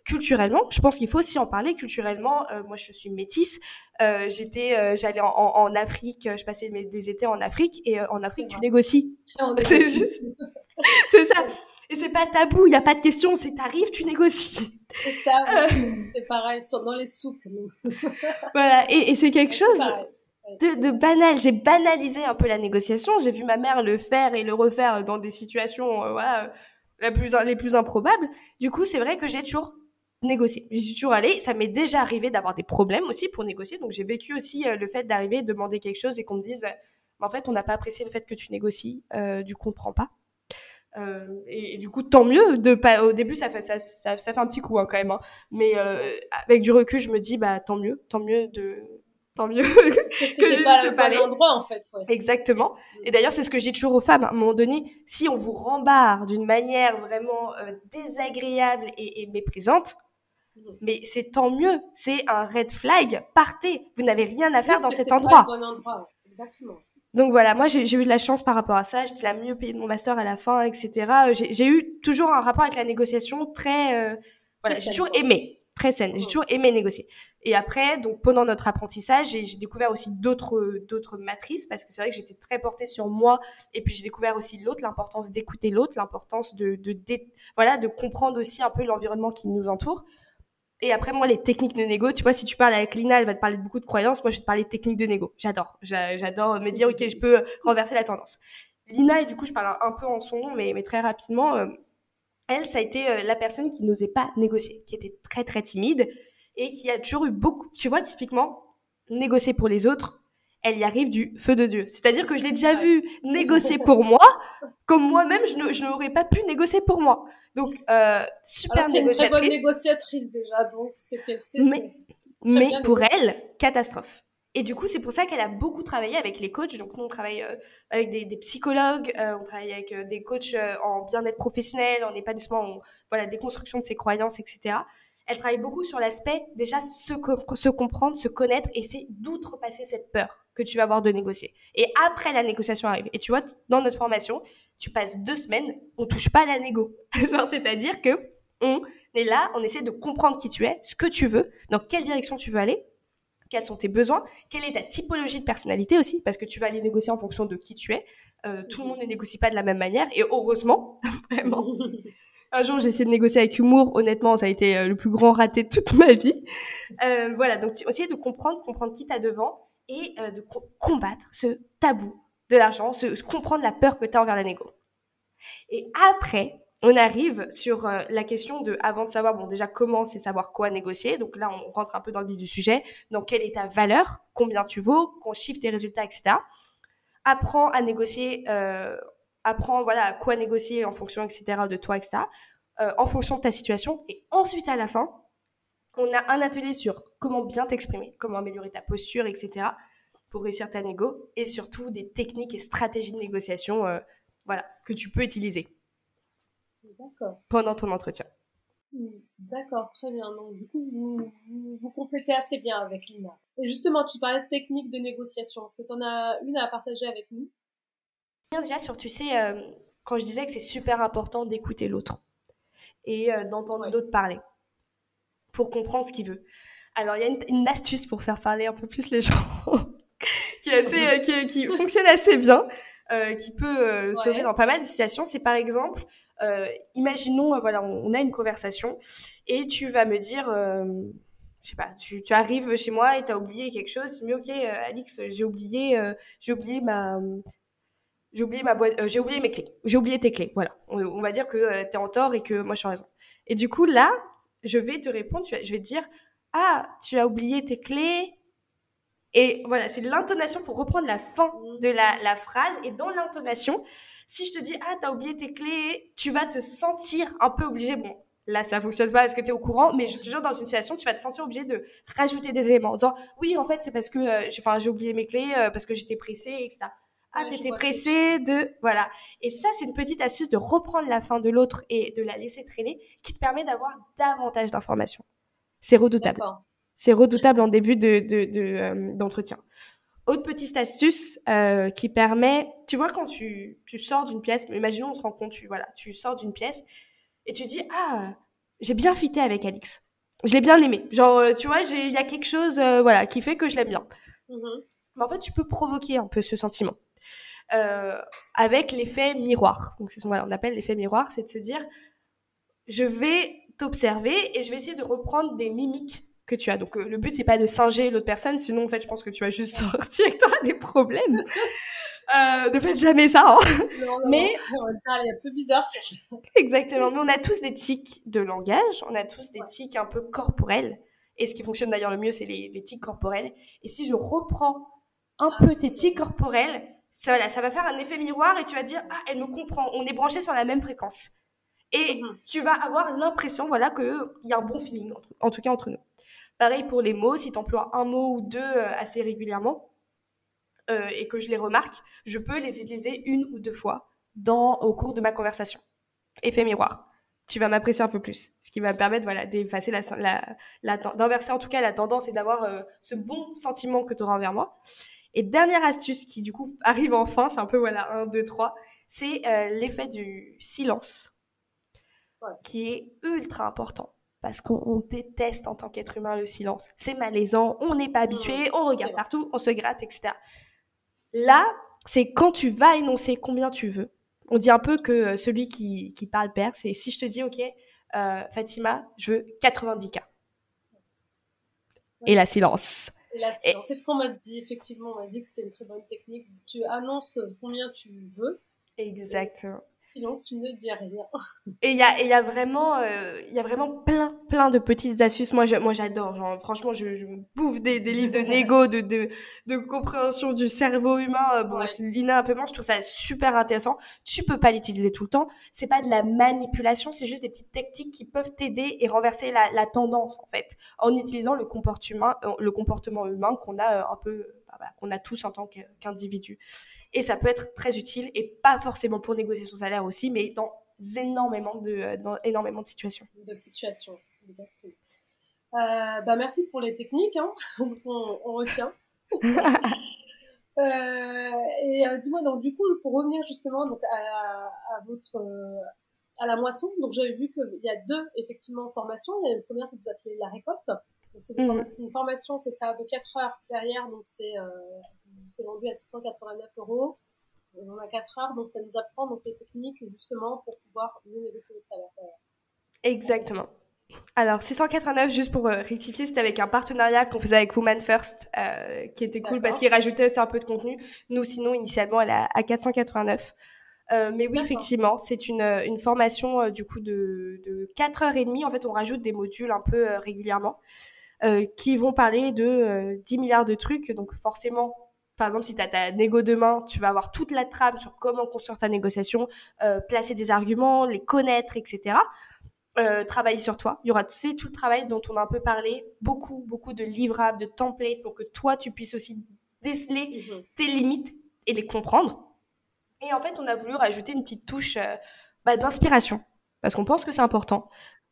culturellement, je pense qu'il faut aussi en parler culturellement. Euh, moi, je suis métisse. Euh, j'étais, euh, j'allais en, en, en Afrique, je passais mes, des étés en Afrique, et euh, en Afrique, tu négocies. On C'est négocie. juste, c'est ça. Et c'est pas tabou, il y a pas de question, c'est t'arrives, tu négocies. C'est ça, oui. C'est pareil, sur- dans les souks, nous. Voilà, et, et c'est quelque C'est chose pareil. Ouais, de, c'est de vrai. banal. J'ai banalisé un peu la négociation. J'ai vu ma mère le faire et le refaire dans des situations, euh, voilà, euh, la plus, les plus improbables. Du coup, c'est vrai que j'ai toujours négocié. J'y suis toujours allée. Ça m'est déjà arrivé d'avoir des problèmes aussi pour négocier. Donc, j'ai vécu aussi euh, le fait d'arriver, de demander quelque chose et qu'on me dise, euh, en fait, on n'a pas apprécié le fait que tu négocies. Euh, du coup, on prend pas. Euh, et, et du coup, tant mieux. De pas, au début, ça fait, ça, ça, ça fait un petit coup hein, quand même. Hein. Mais euh, avec du recul, je me dis, bah tant mieux, tant mieux de, tant mieux C'est que que c'était j'ai pas dû le se bon parler. endroit, en fait, ouais. Exactement. Et d'ailleurs, c'est ce que je dis toujours aux femmes. À un moment donné, si on vous rembarre d'une manière vraiment euh, désagréable et, et méprisante, Mhm. mais c'est tant mieux. C'est un red flag. Partez. Vous n'avez rien à faire Oui, dans c'est que cet c'est pas endroit. le bon endroit, ouais. Exactement. Donc voilà, moi j'ai, j'ai eu de la chance par rapport à ça. J'étais la mieux payée de mon master à la fin, et cetera. J'ai, j'ai eu toujours un rapport avec la négociation très, euh, Très voilà, j'ai saine, toujours quoi. aimé, très saine. J'ai Mhm. toujours aimé négocier. Et après, donc pendant notre apprentissage, j'ai, j'ai découvert aussi d'autres, d'autres matrices parce que c'est vrai que j'étais très portée sur moi. Et puis j'ai découvert aussi l'autre, l'importance d'écouter l'autre, l'importance de, de, de, voilà, de comprendre aussi un peu l'environnement qui nous entoure. Et après, moi, les techniques de négo, tu vois, si tu parles avec Lina, elle va te parler de beaucoup de croyances. Moi, je vais te parler de techniques de négo. J'adore. J'a- J'adore me dire, OK, je peux renverser la tendance. Lina, et du coup, je parle un peu en son nom, mais, mais très rapidement, euh, elle, ça a été euh, la personne qui n'osait pas négocier, qui était très, très timide et qui a toujours eu beaucoup, tu vois, typiquement, négocier pour les autres, elle y arrive du feu de Dieu. C'est-à-dire que je l'ai déjà Ouais. vue négocier pour moi, comme moi-même, je, ne, je n'aurais pas pu négocier pour moi. Donc, euh, super Alors, c'est une très bonne négociatrice. négociatrice, déjà, donc c'est qu'elle sait Mais, très mais bien pour négocier. elle, catastrophe. Et du coup, c'est pour ça qu'elle a beaucoup travaillé avec les coachs. Donc, nous, on travaille euh, avec des, des psychologues, euh, on travaille avec euh, des coachs euh, en bien-être professionnel, en épanouissement, en voilà, déconstruction de ses croyances, et cetera. Elle travaille beaucoup sur l'aspect, déjà, se, co- se comprendre, se connaître, et c'est d'outrepasser cette peur que tu vas avoir de négocier. Et après, la négociation arrive. Et tu vois, dans notre formation, tu passes deux semaines, on touche pas à la négo. Genre, c'est-à-dire que on est là, on essaie de comprendre qui tu es, ce que tu veux, dans quelle direction tu veux aller, quels sont tes besoins, quelle est ta typologie de personnalité aussi, parce que tu vas aller négocier en fonction de qui tu es. Euh, tout le monde ne négocie pas de la même manière, et heureusement, vraiment. Un jour, j'ai essayé de négocier avec humour. Honnêtement, ça a été euh, le plus grand raté de toute ma vie. Euh, voilà, donc tu essayes de comprendre, comprendre qui t'as devant et euh, de co- combattre ce tabou de l'argent, ce, ce- comprendre la peur que tu as envers la négo. Et après, on arrive sur euh, la question de, avant de savoir, bon, déjà, comment c'est savoir quoi négocier. Donc là, on rentre un peu dans le vif du sujet. Donc, quelle est ta valeur, combien tu vaux, qu'on chiffre tes résultats, et cetera. Apprends à négocier, euh, apprends, voilà, à quoi négocier en fonction, et cetera, de toi, et cetera. Euh, en fonction de ta situation. Et ensuite, à la fin, on a un atelier sur comment bien t'exprimer, comment améliorer ta posture, et cetera, pour réussir ta négo. Et surtout, des techniques et stratégies de négociation, euh, voilà, que tu peux utiliser D'accord. pendant ton entretien. D'accord, très bien. Donc, du coup, vous, vous, vous complétez assez bien avec Lina. Et justement, tu parlais de technique de négociation. Est-ce que tu en as une à partager avec nous? Déjà, sur, tu sais, euh, quand je disais que c'est super important d'écouter l'autre et euh, d'entendre Ouais. l'autre parler pour comprendre ce qu'il veut. Alors, il y a une, une astuce pour faire parler un peu plus les gens qui, est assez, euh, qui, qui fonctionne assez bien, euh, qui peut euh, sauver Ouais. dans pas mal de situations. C'est par exemple, euh, imaginons, euh, voilà, on, on a une conversation et tu vas me dire, euh, je sais pas, tu, tu arrives chez moi et tu as oublié quelque chose. Mais ok, euh, Alix, j'ai oublié, euh, j'ai oublié ma, j'ai oublié ma voix, euh, j'ai oublié mes clés, j'ai oublié tes clés. Voilà, on, on va dire que euh, t'es en tort et que moi je suis en raison. Et du coup là, je vais te répondre, tu vas- je vais te dire, ah, tu as oublié tes clés. Et voilà, c'est l'intonation pour reprendre la fin de la, la phrase. Et dans l'intonation, si je te dis, ah, t'as oublié tes clés, tu vas te sentir un peu obligé. Bon, là, ça fonctionne pas parce que t'es au courant, mais je te jure, dans une situation, tu vas te sentir obligé de rajouter des éléments en disant, oui, en fait, c'est parce que euh, j'ai, enfin, j'ai oublié mes clés, euh, parce que j'étais pressée, et cetera. Ah, Ouais, je t'étais vois ce que tu pressée veux. de... Voilà. Et ça, c'est une petite astuce de reprendre la fin de l'autre et de la laisser traîner qui te permet d'avoir davantage d'informations. C'est redoutable. D'accord. C'est redoutable en début de, de, de, euh, d'entretien. Autre petite astuce euh, qui permet, tu vois, quand tu, tu sors d'une pièce, imaginons on se rencontre, tu, voilà, tu sors d'une pièce et tu dis, ah, j'ai bien fité avec Alix. Je l'ai bien aimé. Genre, euh, tu vois, il y a quelque chose euh, voilà, qui fait que je l'aime bien. Mhm. Mais en fait, tu peux provoquer un peu ce sentiment. Euh, avec l'effet miroir. Donc, c'est ce qu'on voilà, on appelle l'effet miroir, c'est de se dire, je vais t'observer et je vais essayer de reprendre des mimiques que tu as. Donc, euh, le but, c'est pas de singer l'autre personne, sinon, en fait, je pense que tu vas juste sortir et que tu auras des problèmes. Euh, ne faites jamais ça. Hein. Non, non, Mais non, ça, elle est un peu bizarre. exactement. Mais on a tous des tics de langage, on a tous des tics un peu corporels. Et ce qui fonctionne d'ailleurs le mieux, c'est les, les tics corporels. Et si je reprends un peu tes tics corporels, ça, voilà, ça va faire un effet miroir et tu vas dire, ah, elle me comprend, on est branchés sur la même fréquence. Et Mhm. tu vas avoir l'impression, voilà, qu'il y a un bon feeling, entre- en tout cas entre nous. Pareil pour les mots, si tu emploies un mot ou deux euh, assez régulièrement, euh, et que je les remarque, je peux les utiliser une ou deux fois dans, au cours de ma conversation. Effet miroir. Tu vas m'apprécier un peu plus, ce qui va me permettre voilà, d'effacer la, la, la, d'inverser en tout cas la tendance et d'avoir euh, ce bon sentiment que tu auras envers moi. Et dernière astuce qui du coup arrive enfin, c'est un peu voilà un, deux, trois, c'est euh, l'effet du silence Ouais. qui est ultra important. Parce qu'on on déteste en tant qu'être humain le silence. C'est malaisant, on n'est pas habitué, Mhm. on regarde partout, on se gratte, et cetera. Là, c'est quand tu vas énoncer combien tu veux. On dit un peu que euh, celui qui, qui parle perd. C'est si je te dis, OK, euh, Fatima, je veux quatre-vingt-dix K. Ouais, Et la c'est ça. silence. Et là, Et, c'est ce qu'on m'a dit, effectivement. On m'a dit que c'était une très bonne technique. Tu annonces combien tu veux. exactement. Silence, tu ne dis rien. Et il y a, et y a vraiment, euh, il y a vraiment plein, plein de petites astuces. Moi, je, moi, j'adore. Genre, franchement, je, je me bouffe des, des livres de négo, de, de, de compréhension du cerveau humain. Euh, Bon, Ouais. c'est Lina un peu moins. Je trouve ça super intéressant. Tu peux pas l'utiliser tout le temps. C'est pas de la manipulation. C'est juste des petites techniques qui peuvent t'aider et renverser la, la tendance, en fait, en utilisant le comportement, le comportement humain qu'on a euh, un peu, bah, bah, qu'on a tous en tant qu'individu. Et ça peut être très utile et pas forcément pour négocier son salaire aussi, mais dans énormément de, dans énormément de situations. De situation, exactement. Euh, bah merci pour les techniques, hein. Donc on, on retient. euh, et euh, dis-moi, donc du coup, pour revenir justement donc à, à votre euh, à la moisson, donc j'avais vu qu'il y a deux effectivement formations. Il y a une première que vous appelez la récolte. Donc c'est une, Mhm. formation, une formation, c'est ça, de quatre heures derrière, donc c'est euh, c'est vendu à six cent quatre-vingt-neuf euros. On a quatre heures, donc ça nous apprend donc les techniques justement pour pouvoir mieux négocier notre salaire. Exactement. Alors, six cent quatre-vingt-neuf, juste pour euh, rectifier, c'était avec un partenariat qu'on faisait avec Woman First, euh, qui était cool parce D'accord. qu'il rajoutait aussi un peu de contenu. Nous, sinon, initialement, elle est à quatre cent quatre-vingt-neuf. Euh, mais oui, D'accord. effectivement, c'est une, une formation euh, du coup de, de quatre heures trente. En fait, on rajoute des modules un peu euh, régulièrement euh, qui vont parler de euh, dix milliards de trucs. Donc forcément, par exemple, si tu as ta négo demain, tu vas avoir toute la trame sur comment construire ta négociation, euh, placer des arguments, les connaître, et cetera. Euh, travailler sur toi. Il y aura tu sais, tout le travail dont on a un peu parlé, beaucoup, beaucoup de livrables, de templates pour que toi, tu puisses aussi déceler Mhm. tes limites et les comprendre. Et en fait, on a voulu rajouter une petite touche euh, bah, d'inspiration, parce qu'on pense que c'est important.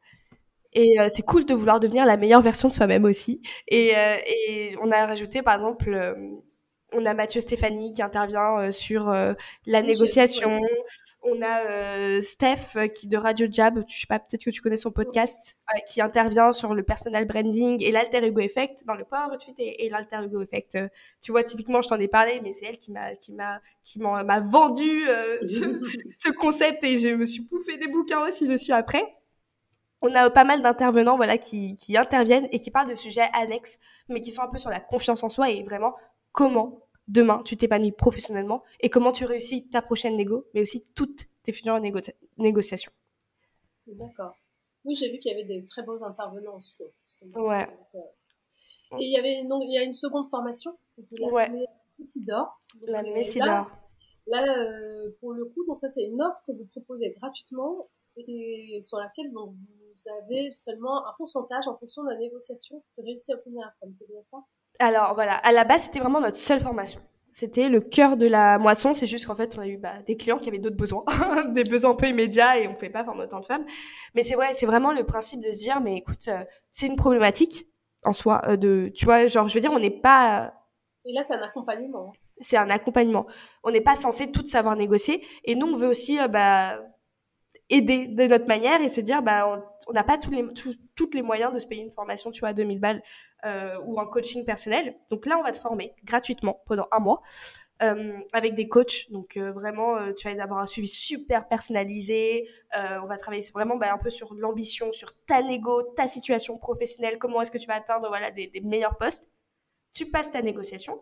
Et euh, c'est cool de vouloir devenir la meilleure version de soi-même aussi. Et, euh, et on a rajouté, par exemple, euh, on a Mathieu Stéphanie qui intervient euh, sur euh, la Oui, j'ai vu, négociation. oui. On a euh, Steph euh, qui de Radio Jab, je sais pas, peut-être que tu connais son podcast, euh, qui intervient sur le personal branding et l'alter ego effect dans le power retweet et, et l'alter ego effect. Euh, tu vois, typiquement, je t'en ai parlé, mais c'est elle qui m'a qui m'a qui m'a, m'a vendu euh, ce, ce concept et je me suis bouffé des bouquins aussi dessus après. On a pas mal d'intervenants voilà, qui, qui interviennent et qui parlent de sujets annexes, mais qui sont un peu sur la confiance en soi et vraiment comment demain tu t'épanouis professionnellement et comment tu réussis ta prochaine négo, mais aussi toutes tes futures négo- négociations. D'accord. Oui, j'ai vu qu'il y avait des très beaux intervenants aussi. Ouais. Et il y avait donc il y a une seconde formation, vous l'appelez Ouais. Messidor. La euh, Messidor. Là, là euh, pour le coup, donc ça c'est une offre que vous proposez gratuitement et sur laquelle donc, vous avez seulement un pourcentage en fonction de la négociation que vous réussissez à obtenir à femme. C'est bien ça? Alors voilà, à la base c'était vraiment notre seule formation. C'était le cœur de la moisson, c'est juste qu'en fait on a eu bah, des clients qui avaient d'autres besoins, des besoins un peu immédiats et on ne pouvait pas former autant de femmes. Mais c'est vrai, c'est vraiment le principe de se dire, mais écoute, euh, c'est une problématique en soi, euh, de, tu vois, genre je veux dire, on n'est pas, Et là, c'est un accompagnement. c'est un accompagnement. On n'est pas censé toutes savoir négocier et nous on veut aussi, euh, bah, aider de notre manière et se dire bah on n'a pas tous les tous toutes les moyens de se payer une formation, tu vois, à deux mille balles euh, ou un coaching personnel. Donc là on va te former gratuitement pendant un mois euh, avec des coachs. Donc euh, vraiment euh, tu vas avoir un suivi super personnalisé. Euh, on va travailler vraiment bah, un peu sur l'ambition, sur ta négo, ta situation professionnelle, comment est-ce que tu vas atteindre voilà des, des meilleurs postes. Tu passes ta négociation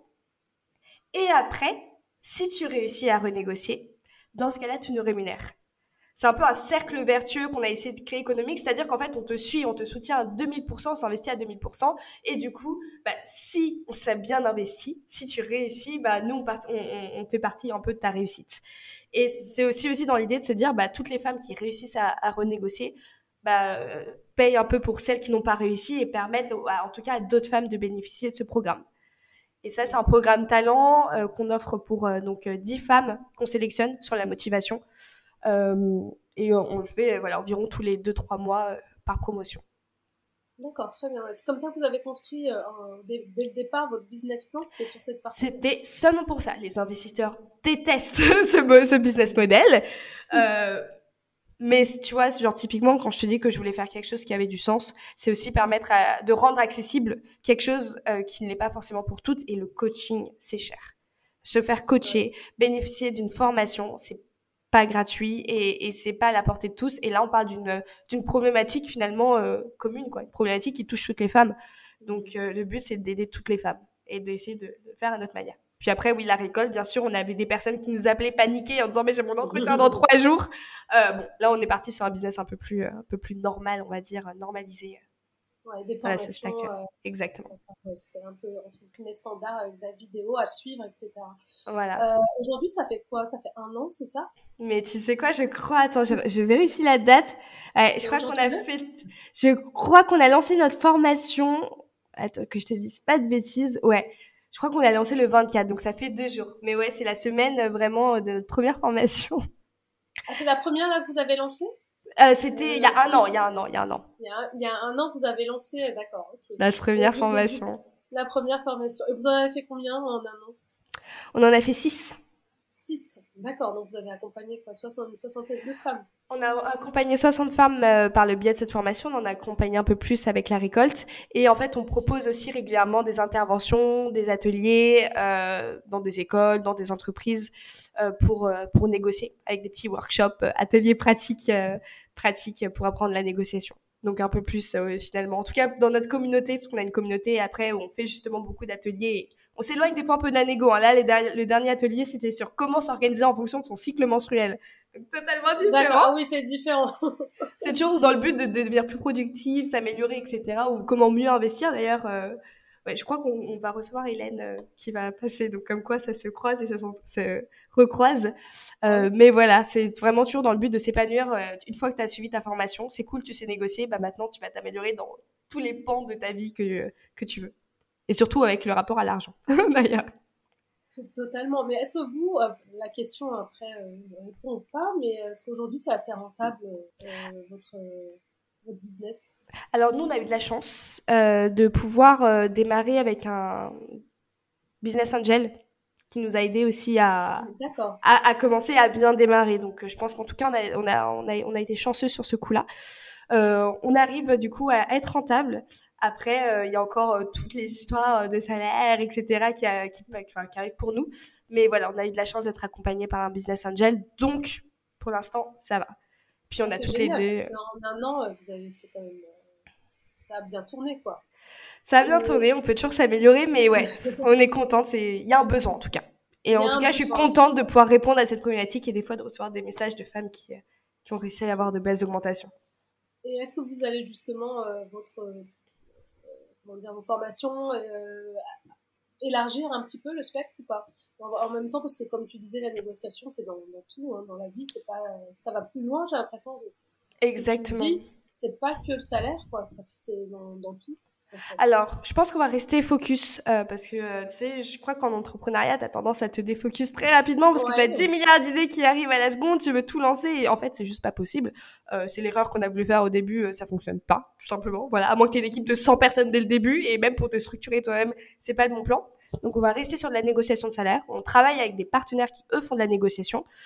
et après si tu réussis à renégocier, dans ce cas-là tu nous rémunères. C'est un peu un cercle vertueux qu'on a essayé de créer économique, c'est-à-dire qu'en fait, on te suit, on te soutient à deux mille pour cent, on s'investit à deux mille pour cent, et du coup, bah, si on s'est bien investi, si tu réussis, bah, nous, on, part, on, on, on fait partie un peu de ta réussite. Et c'est aussi, aussi dans l'idée de se dire, bah, toutes les femmes qui réussissent à, à renégocier, bah, euh, payent un peu pour celles qui n'ont pas réussi et permettent, à, en tout cas, à d'autres femmes de bénéficier de ce programme. Et ça, c'est un programme talent euh, qu'on offre pour euh, donc euh, dix femmes qu'on sélectionne sur la motivation. Euh, et on le fait voilà, environ tous les deux trois mois euh, par promotion. D'accord, très bien. C'est comme ça que vous avez construit euh, dès, dès le départ votre business plan, c'était sur cette partie. C'était seulement pour ça. Les investisseurs détestent ce, ce business model. Euh, mais tu vois, genre typiquement, quand je te dis que je voulais faire quelque chose qui avait du sens, c'est aussi permettre à, de rendre accessible quelque chose euh, qui n'est pas forcément pour toutes. Et le coaching, c'est cher. Se faire coacher, ouais. Bénéficier d'une formation, c'est pas gratuit et, et c'est pas à la portée de tous. Et là, on parle d'une, d'une problématique finalement euh, commune, quoi, une problématique qui touche toutes les femmes. Donc, euh, le but, c'est d'aider toutes les femmes et d'essayer de, de faire à notre manière. Puis après, oui, la récolte, bien sûr, on avait des personnes qui nous appelaient paniquées en disant « mais j'ai mon entretien dans trois jours ». Euh, bon, là, on est parti sur un business un peu plus, un peu plus normal, on va dire, normalisé. Ouais, des formations. Voilà, euh, Exactement. C'était un peu entre guillemets standard avec de la vidéo à suivre, et cetera. Voilà. Euh, aujourd'hui, ça fait quoi? Ça fait un an, c'est ça? Mais tu sais quoi, je crois, attends, je, je vérifie la date. Ouais, je crois qu'on a fait, je crois qu'on a lancé notre formation. Attends, que je te dise pas de bêtises. Ouais. Je crois qu'on l'a lancé le vingt-quatre, donc ça fait deux jours. Mais ouais, c'est la semaine vraiment de notre première formation. Ah, c'est la première là que vous avez lancée? Euh, c'était euh, il y a un an, il y a un an, il y a un an. Il y a un, il y a un an, vous avez lancé, d'accord. Okay. La première formation. Coup, la première formation. Et vous en avez fait combien en un an? On en a fait six. Six, d'accord. Donc vous avez accompagné quoi, soixante, une soixantaine de femmes. On a accompagné soixante femmes euh, par le biais de cette formation. On en a accompagné un peu plus avec la récolte. Et en fait, on propose aussi régulièrement des interventions, des ateliers euh, dans des écoles, dans des entreprises euh, pour euh, pour négocier avec des petits workshops, euh, ateliers pratiques, euh, pratiques pour apprendre la négociation. Donc un peu plus euh, finalement. En tout cas, dans notre communauté, parce qu'on a une communauté après où on fait justement beaucoup d'ateliers. Et on s'éloigne des fois un peu de la négo. Hein. Là, les der- le dernier atelier, c'était sur comment s'organiser en fonction de son cycle menstruel. Donc, totalement différent. D'accord, ah oui, c'est différent. C'est toujours dans le but de, de devenir plus productive, s'améliorer, et cetera. Ou comment mieux investir. D'ailleurs, euh, ouais, je crois qu'on on va recevoir Hélène euh, qui va passer. Donc, comme quoi, ça se croise et ça se recroise. Euh, mais voilà, c'est vraiment toujours dans le but de s'épanouir. Euh, une fois que tu as suivi ta formation, c'est cool, tu sais négocier. Bah, maintenant, tu vas t'améliorer dans tous les pans de ta vie que, que tu veux. Et surtout avec le rapport à l'argent, d'ailleurs. Totalement. Mais est-ce que vous, euh, la question après euh, répond ou pas, mais est-ce qu'aujourd'hui c'est assez rentable euh, votre, euh, votre business? Alors nous, on a eu de la chance euh, de pouvoir euh, démarrer avec un business angel qui nous a aidé aussi à, à, à commencer à bien démarrer. Donc je pense qu'en tout cas, on a, on a, on a, on a été chanceux sur ce coup-là. Euh, on arrive du coup à être rentable. Après, il euh, y a encore euh, toutes les histoires de salaire, et cetera qui, a, qui, enfin, qui arrivent pour nous. Mais voilà, on a eu de la chance d'être accompagnés par un business angel. Donc, pour l'instant, ça va. Puis on ah, a toutes génial, les deux. Parce qu'en un an, vous avez fait quand même... Ça a bien tourné, quoi. Ça a bien Et... tourné, on peut toujours s'améliorer, mais ouais, on est contente. Il y a un besoin en tout cas. Et en tout cas, je suis contente de pouvoir répondre à cette problématique et des fois de recevoir des messages de femmes qui, qui ont réussi à avoir de belles augmentations. Et est-ce que vous allez justement, euh, votre, euh, comment dire, vos formations, euh, élargir un petit peu le spectre ou pas? En, en même temps, parce que comme tu disais, la négociation, c'est dans, dans tout, hein, dans la vie, c'est pas, ça va plus loin, j'ai l'impression. Exactement. Tu dis, c'est pas que le salaire, quoi, ça, c'est dans, dans tout. Alors, je pense qu'on va rester focus euh, parce que, euh, tu sais, je crois qu'en entrepreneuriat, t'as tendance à te défocus très rapidement parce ouais, que t'as dix milliards d'idées qui arrivent à la seconde, tu veux tout lancer et en fait, c'est juste pas possible. Euh, c'est l'erreur qu'on a voulu faire au début, euh, ça fonctionne pas, tout simplement. Voilà, à moins que t'aies une équipe de cent personnes dès le début et même pour te structurer toi-même, c'est pas le bon plan. Donc, on va rester sur de la négociation de salaire. On travaille avec des partenaires qui, eux, font de la négociation.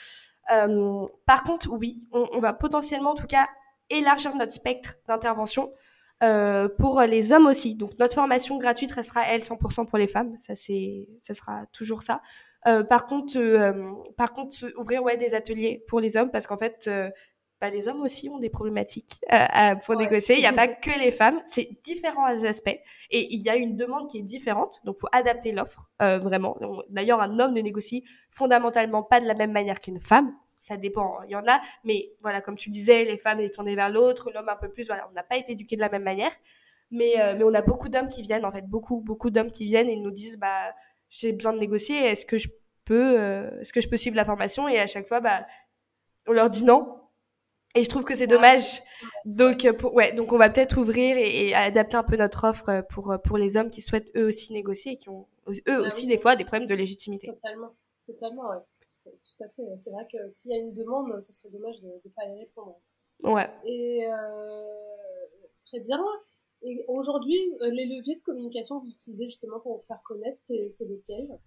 Euh, par contre, oui, on, on va potentiellement, en tout cas, élargir notre spectre d'intervention euh, pour les hommes aussi. Donc, notre formation gratuite restera, elle, cent pour cent pour les femmes. Ça, c'est, ça sera toujours ça. Euh, par contre, euh, par contre, ouvrir ouais des ateliers pour les hommes parce qu'en fait, euh, bah, les hommes aussi ont des problématiques euh, à, pour ouais. négocier. Il n'y a pas que les femmes. C'est différents aspects et il y a une demande qui est différente. Donc, faut adapter l'offre euh, vraiment. D'ailleurs, un homme ne négocie fondamentalement pas de la même manière qu'une femme. Ça dépend, il y en a, mais voilà, comme tu disais, les femmes sont tournées vers l'autre, l'homme un peu plus, voilà, on n'a pas été éduqués de la même manière, mais, euh, mais on a beaucoup d'hommes qui viennent, en fait, beaucoup, beaucoup d'hommes qui viennent et nous disent, bah, j'ai besoin de négocier, est-ce que je peux, euh, est-ce que je peux suivre la formation? Et à chaque fois, bah, on leur dit non. Et je trouve que c'est dommage. Donc, pour, ouais, donc on va peut-être ouvrir et, et adapter un peu notre offre pour, pour les hommes qui souhaitent eux aussi négocier et qui ont eux ah aussi oui. des fois des problèmes de légitimité. Totalement, totalement, ouais. Tout à, tout à fait. C'est vrai que s'il y a une demande, ce serait dommage de ne pas y répondre. Ouais. Et euh, très bien. Et aujourd'hui, les leviers de communication que vous utilisez justement pour vous faire connaître, c'est, c'est lesquels?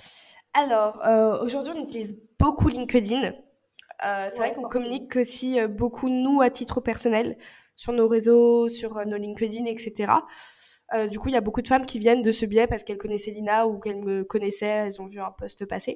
Alors, euh, aujourd'hui, on utilise beaucoup LinkedIn. Euh, c'est ouais, vrai qu'on forcément. communique aussi euh, beaucoup, nous, à titre personnel, sur nos réseaux, sur euh, nos LinkedIn, et cetera. Euh, du coup, il y a beaucoup de femmes qui viennent de ce biais parce qu'elles connaissaient Lina ou qu'elles me connaissaient, elles ont vu un post passer.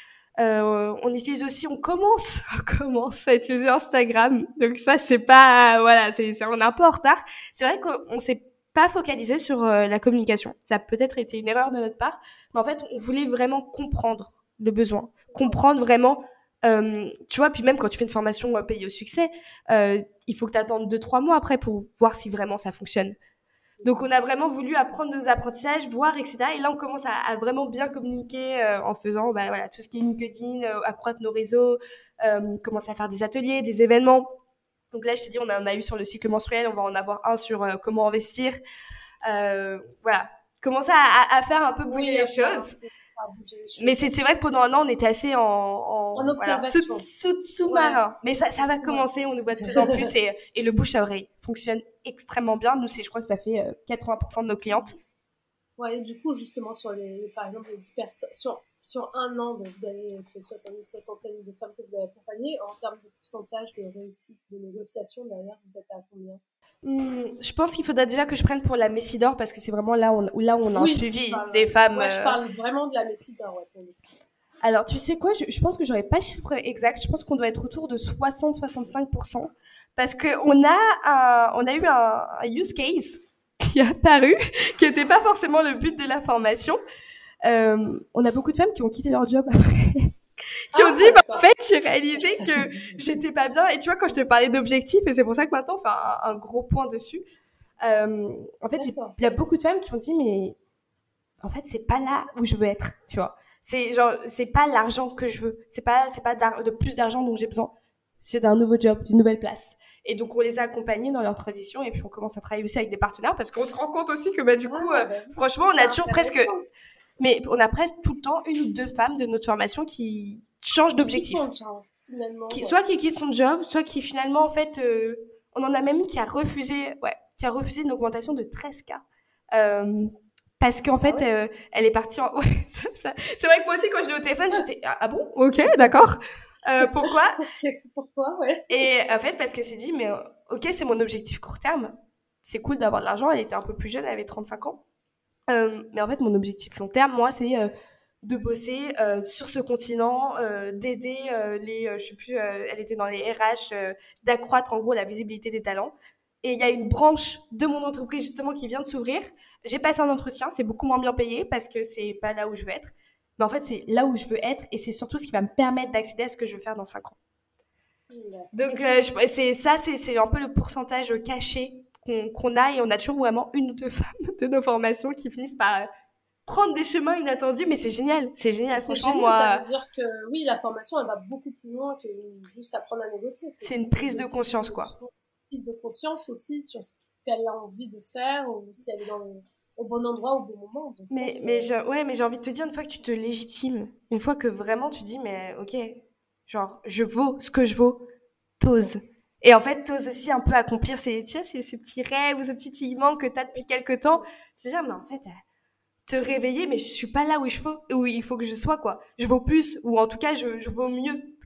Euh, on utilise aussi, on commence, on commence à utiliser Instagram. Donc ça, c'est pas, voilà, c'est, c'est, on est un peu en retard. C'est vrai qu'on s'est pas focalisé sur euh, la communication. Ça a peut-être été une erreur de notre part, mais en fait, on voulait vraiment comprendre le besoin, comprendre vraiment. Euh, tu vois, puis même quand tu fais une formation euh, payée au succès, euh, il faut que tu attendes deux trois mois après pour voir si vraiment ça fonctionne. Donc, on a vraiment voulu apprendre nos apprentissages, voir, et cetera. Et là, on commence à, à vraiment bien communiquer euh, en faisant bah, voilà, tout ce qui est LinkedIn, euh, accroître nos réseaux, euh, commencer à faire des ateliers, des événements. Donc là, je t'ai dit, on a, on a eu sur le cycle menstruel, on va en avoir un sur euh, comment investir. Euh, voilà, commencer à, à faire un peu bouger oui, les choses. Mais c'est, c'est vrai que pendant un an, on était assez en, en, en observation. Voilà, sous, sous, sous-marin. Ouais. Mais ça, ça va commencer, on nous voit de plus en plus et, et le bouche à oreille fonctionne extrêmement bien. Nous, c'est, je crois que ça fait quatre-vingts pour cent de nos clientes. Ouais, et du coup, justement, sur les, par exemple, les dix personnes, sur, sur un an, donc vous avez fait soixante, une soixantaine de femmes que vous avez accompagnées. En termes de pourcentage de réussite de négociation, derrière, vous êtes à combien? Hum, je pense qu'il faudra déjà que je prenne pour la Messidor parce que c'est vraiment là où on, là où on a oui, un suivi parle, des femmes. Ouais, je parle vraiment de la Messidor. Ouais, alors, tu sais quoi, je, je pense que j'aurais pas le chiffre exact. Je pense qu'on doit être autour de soixante à soixante-cinq pour cent parce qu'on a, un, on a eu un, un use case qui est apparu, qui n'était pas forcément le but de la formation. Euh, on a beaucoup de femmes qui ont quitté leur job après. qui ah, ont dit, bah, en fait, j'ai réalisé que j'étais pas bien. Et tu vois, quand je te parlais d'objectifs, et c'est pour ça que maintenant, on fait un, un gros point dessus. Euh, en fait, il y a beaucoup de femmes qui ont dit, mais en fait, c'est pas là où je veux être, tu vois. C'est genre, c'est pas l'argent que je veux. C'est pas, c'est pas de plus d'argent dont j'ai besoin. C'est d'un nouveau job, d'une nouvelle place. Et donc, on les a accompagnés dans leur transition et puis on commence à travailler aussi avec des partenaires parce qu'on se rend compte aussi que, bah, du coup, ah, euh, bah, franchement, on a toujours presque, mais on a presque tout le temps une ou deux femmes de notre formation qui changent d'objectif. Qui sont, finalement, qui, ouais. Soit qui quittent son job, soit qui finalement, en fait, euh, on en a même une qui a refusé, ouais, qui a refusé une augmentation de treize K. Euh, parce qu'en fait, ah ouais. euh, elle est partie en, ouais, ça, ça... c'est vrai que moi aussi, quand je l'ai au téléphone, j'étais, ah, ah bon? Ok, d'accord. Euh, pourquoi? C'est pourquoi, ouais. Et en fait, parce qu'elle s'est dit, mais ok, c'est mon objectif court terme. C'est cool d'avoir de l'argent. Elle était un peu plus jeune, elle avait trente-cinq ans. Euh, mais en fait, mon objectif long terme, moi, c'est euh, de bosser euh, sur ce continent, euh, d'aider euh, les, euh, je sais plus, euh, elle était dans les R H, euh, d'accroître en gros la visibilité des talents. Et il y a une branche de mon entreprise justement qui vient de s'ouvrir. J'ai passé un entretien, c'est beaucoup moins bien payé parce que c'est pas là où je veux être. Mais en fait, c'est là où je veux être et c'est surtout ce qui va me permettre d'accéder à ce que je veux faire dans cinq ans. Donc, euh, je, c'est, ça, c'est, c'est un peu le pourcentage caché qu'on, qu'on a et on a toujours vraiment une ou deux femmes de nos formations qui finissent par euh, prendre des chemins inattendus, mais c'est génial, c'est génial. C'est franchement, génial, moi, ça veut dire que oui, la formation, elle va beaucoup plus loin que juste apprendre à négocier. C'est, c'est une prise de conscience, quoi. Une prise de conscience aussi sur ce qu'elle a envie de faire ou si elle est dans le... au bon endroit, au bon moment. Donc mais, ça, mais, je, ouais, mais j'ai envie de te dire, une fois que tu te légitimes, une fois que vraiment tu dis, mais ok, genre, je vaux ce que je vaux, t'oses. Et en fait, t'oses aussi un peu accomplir ces, tu vois, ces, ces petits rêves ou ce petit illement que t'as depuis quelques temps. C'est genre, mais en fait, te réveiller, mais je suis pas là où il faut, où il faut que je sois, quoi. Je vaux plus, ou en tout cas, je, je vaux mieux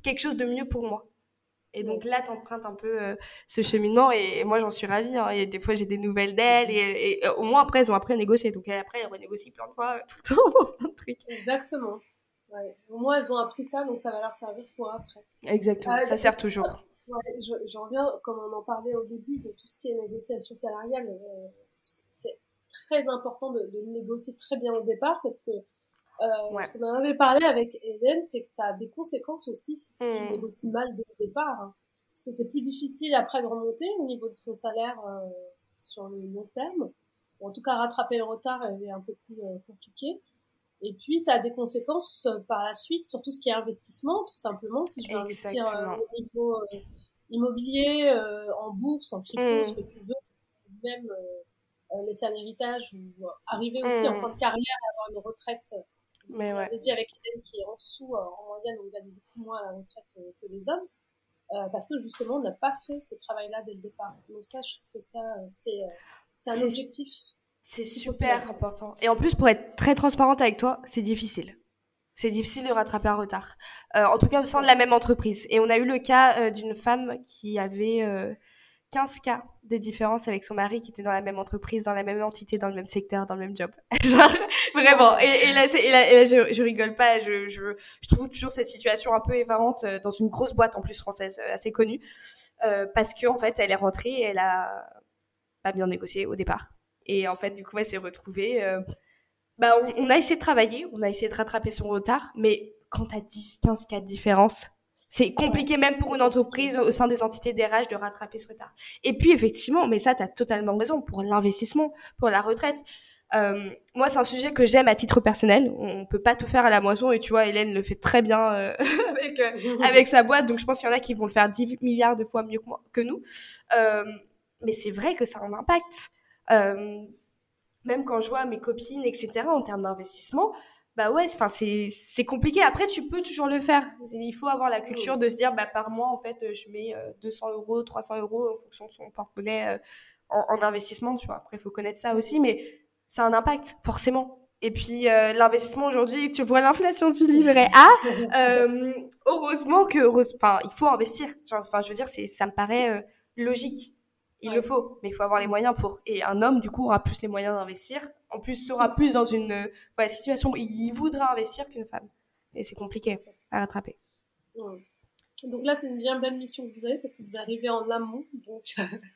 quelque chose de mieux pour moi. Et donc là, t'empruntes un peu euh, ce cheminement et, et moi, j'en suis ravie. Hein. Et des fois, j'ai des nouvelles d'elles et, et, et au moins, après, elles ont appris à négocier. Donc après, elles renégocient plein de fois, tout le temps, pour plein de trucs. Exactement. Ouais. Au moins, elles ont appris ça, donc ça va leur servir pour après. Exactement, Euh, ça sert toujours. Ouais, je, je reviens, comme on en parlait au début, de tout ce qui est négociation salariale. Euh, c'est très important de, de négocier très bien au départ parce que euh, Ouais. ce qu'on en avait parlé avec Hélène, c'est que ça a des conséquences aussi si tu Mmh. négocies mal dès le départ. Hein. Parce que c'est plus difficile après de remonter au niveau de ton salaire euh, sur le long terme. Ou en tout cas, rattraper le retard est un peu plus euh, compliqué. Et puis, ça a des conséquences euh, par la suite sur tout ce qui est investissement, tout simplement. Si je veux investir euh, au niveau euh, immobilier, euh, en bourse, en crypto, mmh. ce que tu veux, même euh, euh, laisser un héritage ou euh, arriver aussi mmh. en fin de carrière à avoir une retraite. Mais on ouais. avait dit avec Hélène qui est en dessous, euh, en moyenne, on gagne beaucoup moins à la retraite euh, que les hommes. Euh, parce que justement, on n'a pas fait ce travail-là dès le départ. Donc ça, je trouve que ça, c'est, euh, c'est un c'est... objectif. C'est super important. Et en plus, pour être très transparente avec toi, c'est difficile. C'est difficile de rattraper un retard. Euh, en tout cas, au sein de la même entreprise. Et on a eu le cas euh, d'une femme qui avait euh, quinze cas de différence avec son mari qui était dans la même entreprise, dans la même entité, dans le même secteur, dans le même job. Genre, vraiment. Et, et là, c'est, et là, et là je, je rigole pas. Je, je, je trouve toujours cette situation un peu effarante dans une grosse boîte en plus française, assez connue. Euh, parce qu'en fait, elle est rentrée et elle a pas bien négocié au départ. Et en fait, du coup, elle s'est retrouvée... Euh, bah, on, on a essayé de travailler, on a essayé de rattraper son retard, mais quand t'as dix, quinze cas de différence, c'est compliqué ouais, même pour une entreprise compliqué. Au sein des entités D R H de rattraper ce retard. Et puis, effectivement, mais ça, t'as totalement raison, pour l'investissement, pour la retraite. Euh, moi, c'est un sujet que j'aime à titre personnel. On peut pas tout faire à la moisson, et tu vois, Hélène le fait très bien euh, avec, euh, avec sa boîte, donc je pense qu'il y en a qui vont le faire dix milliards de fois mieux que, moi, que nous. Euh, mais c'est vrai que ça a un impact. Euh, même quand je vois mes copines, et cetera, en termes d'investissement, bah ouais, enfin c'est c'est compliqué. Après, tu peux toujours le faire. Il faut avoir la culture de se dire, bah par mois, en fait, je mets deux cents euros, trois cents euros en fonction de son porte-monnaie euh, en, en investissement, tu vois. Après, il faut connaître ça aussi, mais ça a un impact, forcément. Et puis, euh, l'investissement aujourd'hui, tu vois l'inflation du livret A, euh, heureusement que, enfin, il faut investir. Genre, enfin, je veux dire, c'est, ça me paraît euh, logique. Il ouais. le faut, mais il faut avoir les moyens pour. Et un homme, du coup, aura plus les moyens d'investir. En plus, sera plus dans une euh, ouais, situation où il voudra investir qu'une femme. Et c'est compliqué à rattraper. Ouais. Donc là, c'est une bien belle mission que vous avez parce que vous arrivez en amont. Donc,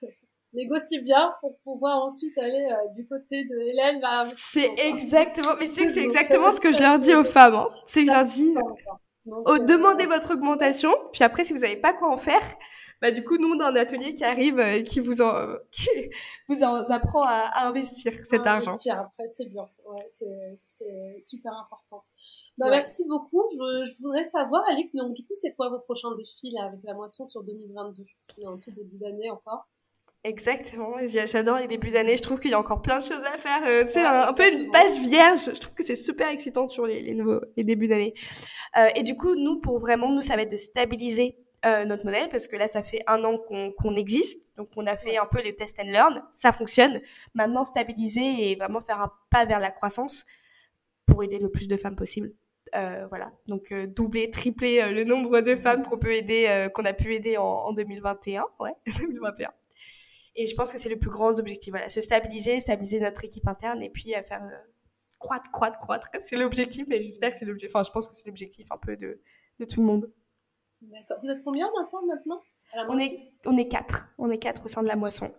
négociez bien pour pouvoir ensuite aller euh, du côté de Hélène. Bah, c'est exactement, mais c'est que c'est exactement ce que je leur dis aux femmes. Hein. C'est que je leur dis, Donc, oh, euh, demandez ouais. votre augmentation, puis après, si vous n'avez pas quoi en faire, bah du coup, nous, on a un atelier qui arrive et qui vous en, qui vous en apprend à, à investir cet à argent. Investir, après, c'est bien. Ouais, c'est, c'est super important. Bah, ouais. Merci beaucoup. Je, je voudrais savoir, Alix, donc du coup, c'est quoi vos prochains défis là, avec la moisson sur deux mille vingt-deux? Parce qu'on est en tout début d'année encore. Exactement, j'adore les débuts d'année, je trouve qu'il y a encore plein de choses à faire, euh, tu sais, ouais, un, un peu une page vierge, je trouve que c'est super excitant sur les, les nouveaux, les débuts d'année. Euh, et du coup, nous, pour vraiment, nous, ça va être de stabiliser euh, notre modèle, parce que là, ça fait un an qu'on, qu'on existe, donc on a fait ouais. un peu les test and learn, ça fonctionne. Maintenant, stabiliser et vraiment faire un pas vers la croissance pour aider le plus de femmes possible. Euh, voilà, donc euh, doubler, tripler euh, le nombre de femmes qu'on peut aider, euh, qu'on a pu aider en, en deux mille vingt et un, ouais, deux mille vingt et un. Et je pense que c'est le plus grand objectif, voilà, se stabiliser, stabiliser notre équipe interne et puis euh, faire euh, croître, croître, croître. C'est l'objectif, mais j'espère que c'est l'objectif. Enfin, je pense que c'est l'objectif un peu de, de tout le monde. D'accord. Vous êtes combien maintenant, maintenant à la on est, on est quatre. On est quatre au sein de la moisson.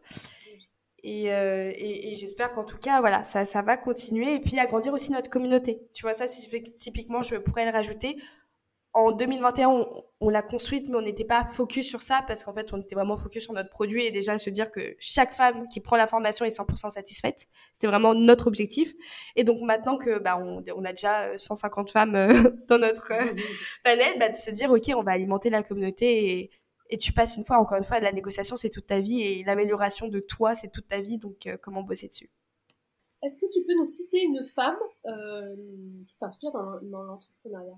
Et, euh, et, et j'espère qu'en tout cas, voilà, ça, ça va continuer. Et puis, agrandir aussi notre communauté. Tu vois, ça, si, typiquement, je pourrais le rajouter. En deux mille vingt et un, on, on l'a construite, mais on n'était pas focus sur ça parce qu'en fait, on était vraiment focus sur notre produit et déjà se dire que chaque femme qui prend la formation est cent pour cent satisfaite. C'était vraiment notre objectif. Et donc maintenant que bah on, on a déjà cent cinquante femmes euh, dans notre euh, panel, bah, de se dire ok, on va alimenter la communauté et, et tu passes une fois, encore une fois, de la négociation, c'est toute ta vie et l'amélioration de toi, c'est toute ta vie. Donc euh, comment bosser dessus? Est-ce que tu peux nous citer une femme euh, qui t'inspire dans, dans l'entrepreneuriat?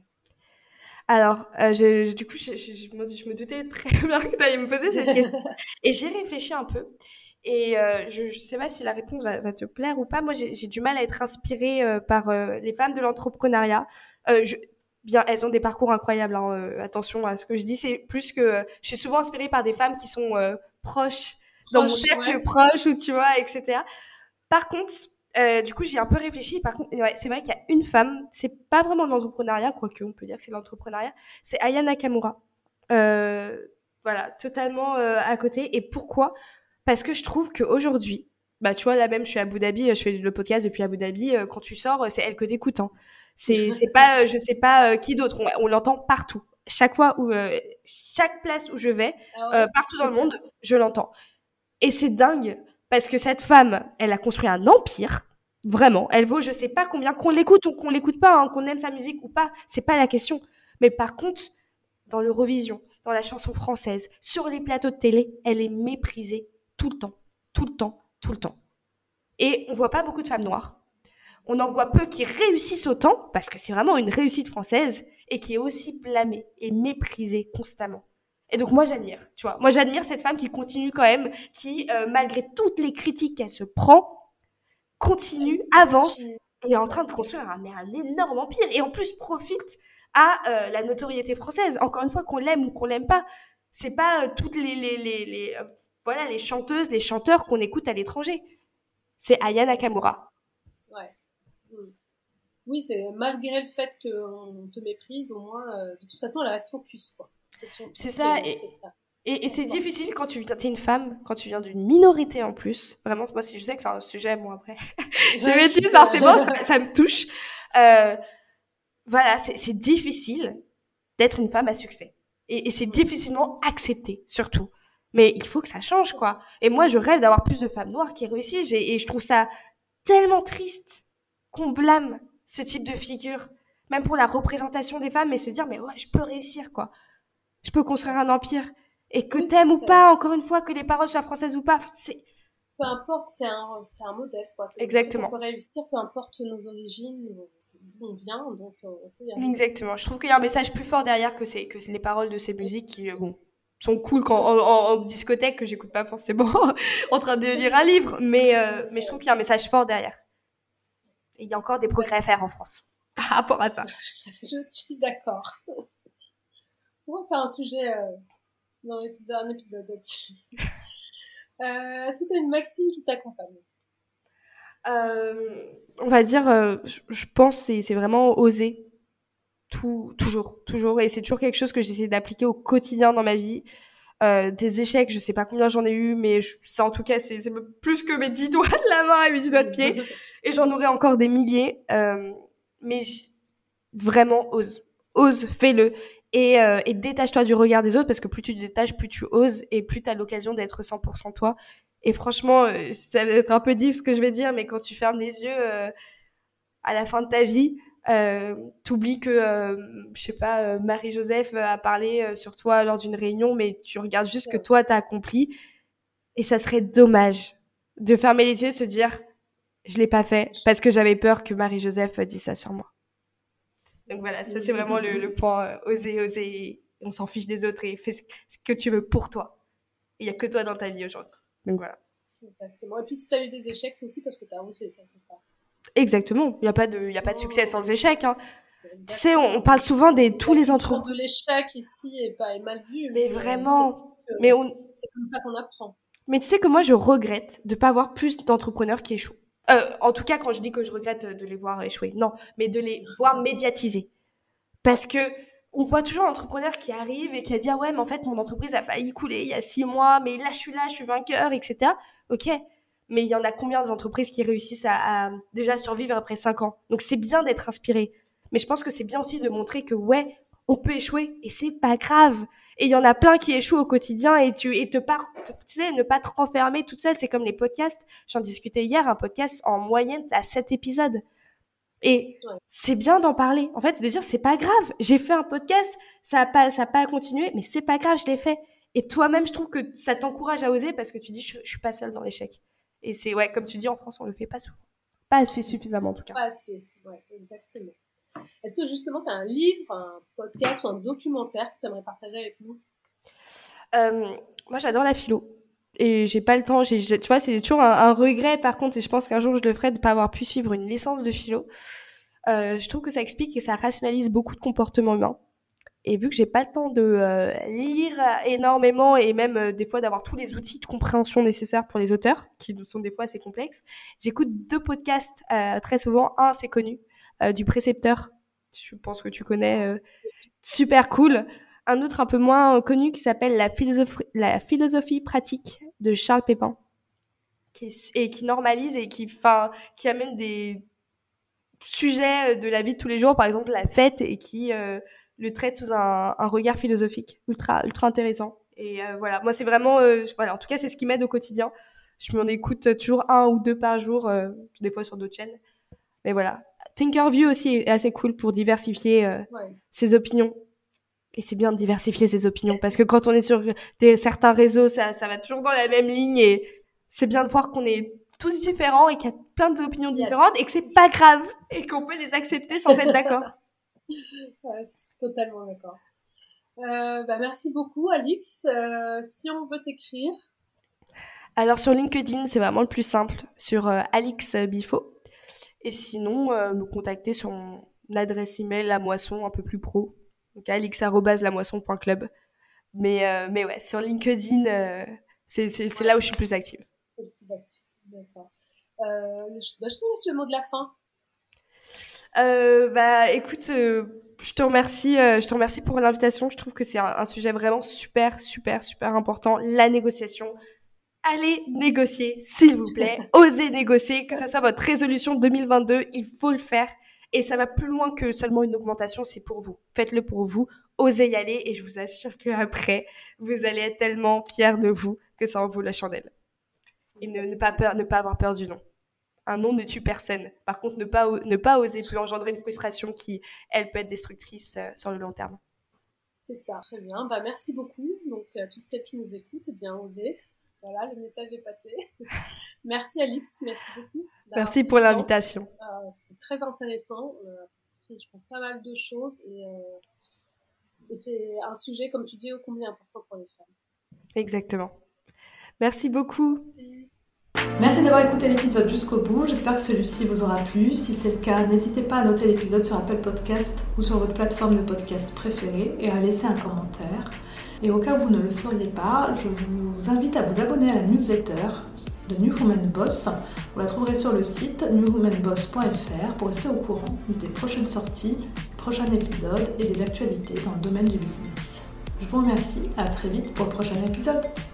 Alors, euh, je, du coup, je, je, je, je me doutais très bien que tu allais me poser cette question. Et j'ai réfléchi un peu. Et euh, je ne sais pas si la réponse va, va te plaire ou pas. Moi, j'ai, j'ai du mal à être inspirée euh, par euh, les femmes de l'entrepreneuriat. Euh, je, bien, elles ont des parcours incroyables, hein, euh, attention à ce que je dis, c'est plus que euh, je suis souvent inspirée par des femmes qui sont euh, proches, dans mon Proche, cercle ouais. proche, ou tu vois, et cetera. Par contre, euh, du coup, j'ai un peu réfléchi. Par contre, ouais, c'est vrai qu'il y a une femme, c'est pas vraiment de l'entrepreneuriat, quoique on peut dire que c'est de l'entrepreneuriat, c'est Aya Nakamura. Euh, voilà, totalement euh, à côté. Et pourquoi? Parce que je trouve qu'aujourd'hui, bah tu vois, là même, je suis à Abu Dhabi, je fais le podcast depuis Abu Dhabi. Euh, quand tu sors, c'est elle que t'écoutes. Hein. C'est, c'est pas, euh, je sais pas euh, qui d'autre. On, on l'entend partout. Chaque fois où, euh, chaque place où je vais, Ah euh, ouais. partout dans le monde, je l'entends. Et c'est dingue parce que cette femme, elle a construit un empire. Vraiment, elle vaut je sais pas combien, qu'on l'écoute ou qu'on l'écoute pas, hein, qu'on aime sa musique ou pas, c'est pas la question. Mais par contre, dans l'Eurovision, dans la chanson française, sur les plateaux de télé, elle est méprisée tout le temps, tout le temps, tout le temps. Et on voit pas beaucoup de femmes noires. On en voit peu qui réussissent autant, parce que c'est vraiment une réussite française, et qui est aussi blâmée et méprisée constamment. Et donc moi j'admire, tu vois. Moi j'admire cette femme qui continue quand même, qui euh, malgré toutes les critiques qu'elle se prend, continue, avance Tu- et est en train de construire un, mais un énorme empire. Et en plus profite à euh, la notoriété française. Encore une fois, qu'on l'aime ou qu'on l'aime pas, c'est pas euh, toutes les, les, les, les euh, voilà, les chanteuses, les chanteurs qu'on écoute à l'étranger. C'est Aya Nakamura. Ouais. Mm. Oui, c'est malgré le fait qu'on te méprise, au moins, euh, de toute façon, elle reste focus, quoi. C'est son truc, C'est ça. et Et, c'est ça. et, et c'est Bon. difficile quand tu viens, t'es une femme, quand tu viens d'une minorité en plus. Vraiment, moi, je sais que c'est un sujet, bon, après. Je Ouais, vais dire, putain. forcément, ça, ça me touche. Euh, voilà, c'est, c'est difficile d'être une femme à succès. Et, et c'est difficilement accepté, surtout. Mais il faut que ça change, quoi. Et moi, je rêve d'avoir plus de femmes noires qui réussissent. Et, et je trouve ça tellement triste qu'on blâme ce type de figure, même pour la représentation des femmes, et se dire, mais ouais, je peux réussir, quoi. Je peux construire un empire. Et que Oui, t'aimes ou c'est- pas, encore une fois, que les paroles soient françaises ou pas, c'est peu importe, c'est un, c'est un modèle, quoi. C'est de montrer qu'on exactement. peut réussir, peu importe nos origines, d'où on vient, donc euh, on peut y arriver. Exactement. Je trouve qu'il y a un message plus fort derrière que c'est que c'est les paroles de ces musiques qui euh, bon sont cool quand en, en, en discothèque que j'écoute pas forcément en train de lire un livre, mais euh, mais je trouve qu'il y a un message fort derrière. Et il y a encore des progrès à faire en France par rapport à ça. Je suis d'accord. On va faire un sujet euh, dans l'épisode, un épisode là-dessus. Euh, Est-ce que tu as une maxime qui t'accompagne? Euh, on va dire, euh, je- je pense c'est c'est vraiment oser tout toujours toujours et c'est toujours quelque chose que j'essaie d'appliquer au quotidien dans ma vie. Euh, des échecs, je sais pas combien j'en ai eu, mais je, ça en tout cas c'est c'est plus que mes dix doigts de la main et mes dix doigts de pied. Et j'en aurai encore des milliers. Euh, mais j- vraiment, ose. Ose, fais-le. Et, euh, et détache-toi du regard des autres, parce que plus tu te détaches, plus tu oses, et plus tu as l'occasion d'être cent pour cent toi. Et franchement, euh, ça va être un peu deep ce que je vais dire, mais quand tu fermes les yeux euh, à la fin de ta vie, euh, t'oublies que, euh, je sais pas, euh, Marie-Joseph a parlé euh, sur toi lors d'une réunion, mais tu regardes juste ce que toi t'as accompli. Et ça serait dommage de fermer les yeux et de se dire, je l'ai pas fait parce que j'avais peur que Marie-Joseph dise ça sur moi. Donc voilà, ça c'est vraiment le, le point euh, oser, oser. On s'en fiche des autres et fais ce ce que tu veux pour toi. Il y a que toi dans ta vie aujourd'hui. Donc voilà. Exactement. Et puis si tu as eu des échecs, c'est aussi parce que tu as osé quelque part. Exactement. Il y a pas de, il y a pas de succès sans échec. Hein. C'est Tu sais, on, on parle souvent des tous les La culture entrepreneurs. de l'échec ici est pas est mal vue. Mais euh, vraiment. c'est- Mais on, C'est comme ça qu'on apprend. mais tu sais que moi je regrette de pas avoir plus d'entrepreneurs qui échouent. Euh, en tout cas, quand je dis que je regrette de les voir échouer, non, mais de les voir médiatiser. Parce que on voit toujours l'entrepreneur qui arrive et qui a dit ah ouais mais en fait mon entreprise a failli couler il y a six mois mais là je suis là je suis vainqueur et cetera. Ok, mais il y en a combien d'entreprises qui réussissent à, à déjà survivre après cinq ans. Donc c'est bien d'être inspiré, mais je pense que c'est bien aussi de montrer que ouais on peut échouer et c'est pas grave. Et il y en a plein qui échouent au quotidien et tu et te par, tu sais ne pas te renfermer toute seule. C'est comme les podcasts. J'en discutais hier, un podcast en moyenne à sept épisodes. Et Ouais. c'est bien d'en parler. En fait, de dire c'est pas grave. J'ai fait un podcast, ça a pas, ça a pas continué, mais c'est pas grave, je l'ai fait. Et toi-même, je trouve que ça t'encourage à oser parce que tu dis je, je suis pas seule dans l'échec. Et c'est ouais, comme tu dis en France, on le fait pas souvent, pas assez suffisamment en tout cas. Pas assez. Ouais, exactement. Est-ce que justement tu as un livre, un podcast ou un documentaire que tu aimerais partager avec nous? Euh, moi, j'adore la philo. Et j'ai pas le temps. J'ai, j'ai- tu vois, c'est toujours un, un regret par contre. Et je pense qu'un jour je le ferai de pas avoir pu suivre une licence de philo. Euh, je trouve que ça explique et ça rationalise beaucoup de comportements humains. Et vu que j'ai pas le temps de euh, lire énormément et même euh, des fois d'avoir tous les outils de compréhension nécessaires pour les auteurs, qui sont des fois assez complexes, j'écoute deux podcasts euh, très souvent. Un, c'est connu, euh, du Précepteur, je pense que tu connais, euh, super cool. Un autre un peu moins euh, connu qui s'appelle la philosophie, la philosophie pratique de Charles Pépin, qui est, et qui normalise et qui, fin, qui amène des sujets de la vie de tous les jours, par exemple la fête, et qui euh, le traite sous un, un regard philosophique ultra ultra intéressant. Et euh, voilà, moi c'est vraiment, euh, voilà, en tout cas c'est ce qui m'aide au quotidien. Je m'en écoute toujours un ou deux par jour, euh, des fois sur d'autres chaînes. Mais voilà, Thinkerview aussi est assez cool pour diversifier euh, ouais. ses opinions. Et c'est bien de diversifier ses opinions parce que quand on est sur des, certains réseaux, ça, ça va toujours dans la même ligne et c'est bien de voir qu'on est tous différents et qu'il y a plein d'opinions différentes et que c'est pas grave et qu'on peut les accepter sans être d'accord. Ouais, je suis totalement d'accord. Euh, bah merci beaucoup, Alix. Euh, si on veut t'écrire. Alors sur LinkedIn, c'est vraiment le plus simple, sur euh, Alix Bifo. Et sinon, euh, me contacter sur mon adresse email La Moisson, un peu plus pro. Donc alix arobase la moisson point club. Mais, euh, mais ouais, sur LinkedIn, euh, c'est, c'est, c'est là où je suis plus active. C'est le plus actif, d'accord. Euh, je, bah, je te laisse le mot de la fin. Euh, bah écoute, euh, je te remercie, euh, je te remercie pour l'invitation. Je trouve que c'est un, un sujet vraiment super, super, super important. La négociation. Allez négocier, s'il vous plaît. Osez négocier, que ce soit votre résolution deux mille vingt-deux, il faut le faire. Et ça va plus loin que seulement une augmentation, c'est pour vous. Faites-le pour vous, osez y aller et je vous assure qu'après, vous allez être tellement fiers de vous que ça en vaut la chandelle. Et ne, ne, pas peur, ne pas avoir peur du non. Un non ne tue personne. Par contre, ne pas, ne pas oser peut engendrer une frustration qui, elle, peut être destructrice euh, sur le long terme. C'est ça, très bien. Bah, merci beaucoup. Donc, à toutes celles qui nous écoutent, eh bien, osez. Voilà, le message est passé. Merci Alix, merci beaucoup. Merci pour l'invitation. Euh, c'était très intéressant. On a appris, je pense, pas mal de choses. Et, euh, et c'est un sujet, comme tu dis, ô combien important pour les femmes. Exactement. Merci beaucoup. Merci. Merci d'avoir écouté l'épisode jusqu'au bout. J'espère que celui-ci vous aura plu. Si c'est le cas, n'hésitez pas à noter l'épisode sur Apple Podcast ou sur votre plateforme de podcast préférée et à laisser un commentaire. Et au cas où vous ne le sauriez pas, je vous invite à vous abonner à la newsletter de New Woman Boss. Vous la trouverez sur le site new woman boss point f r pour rester au courant des prochaines sorties, prochains épisodes et des actualités dans le domaine du business. Je vous remercie, à très vite pour le prochain épisode.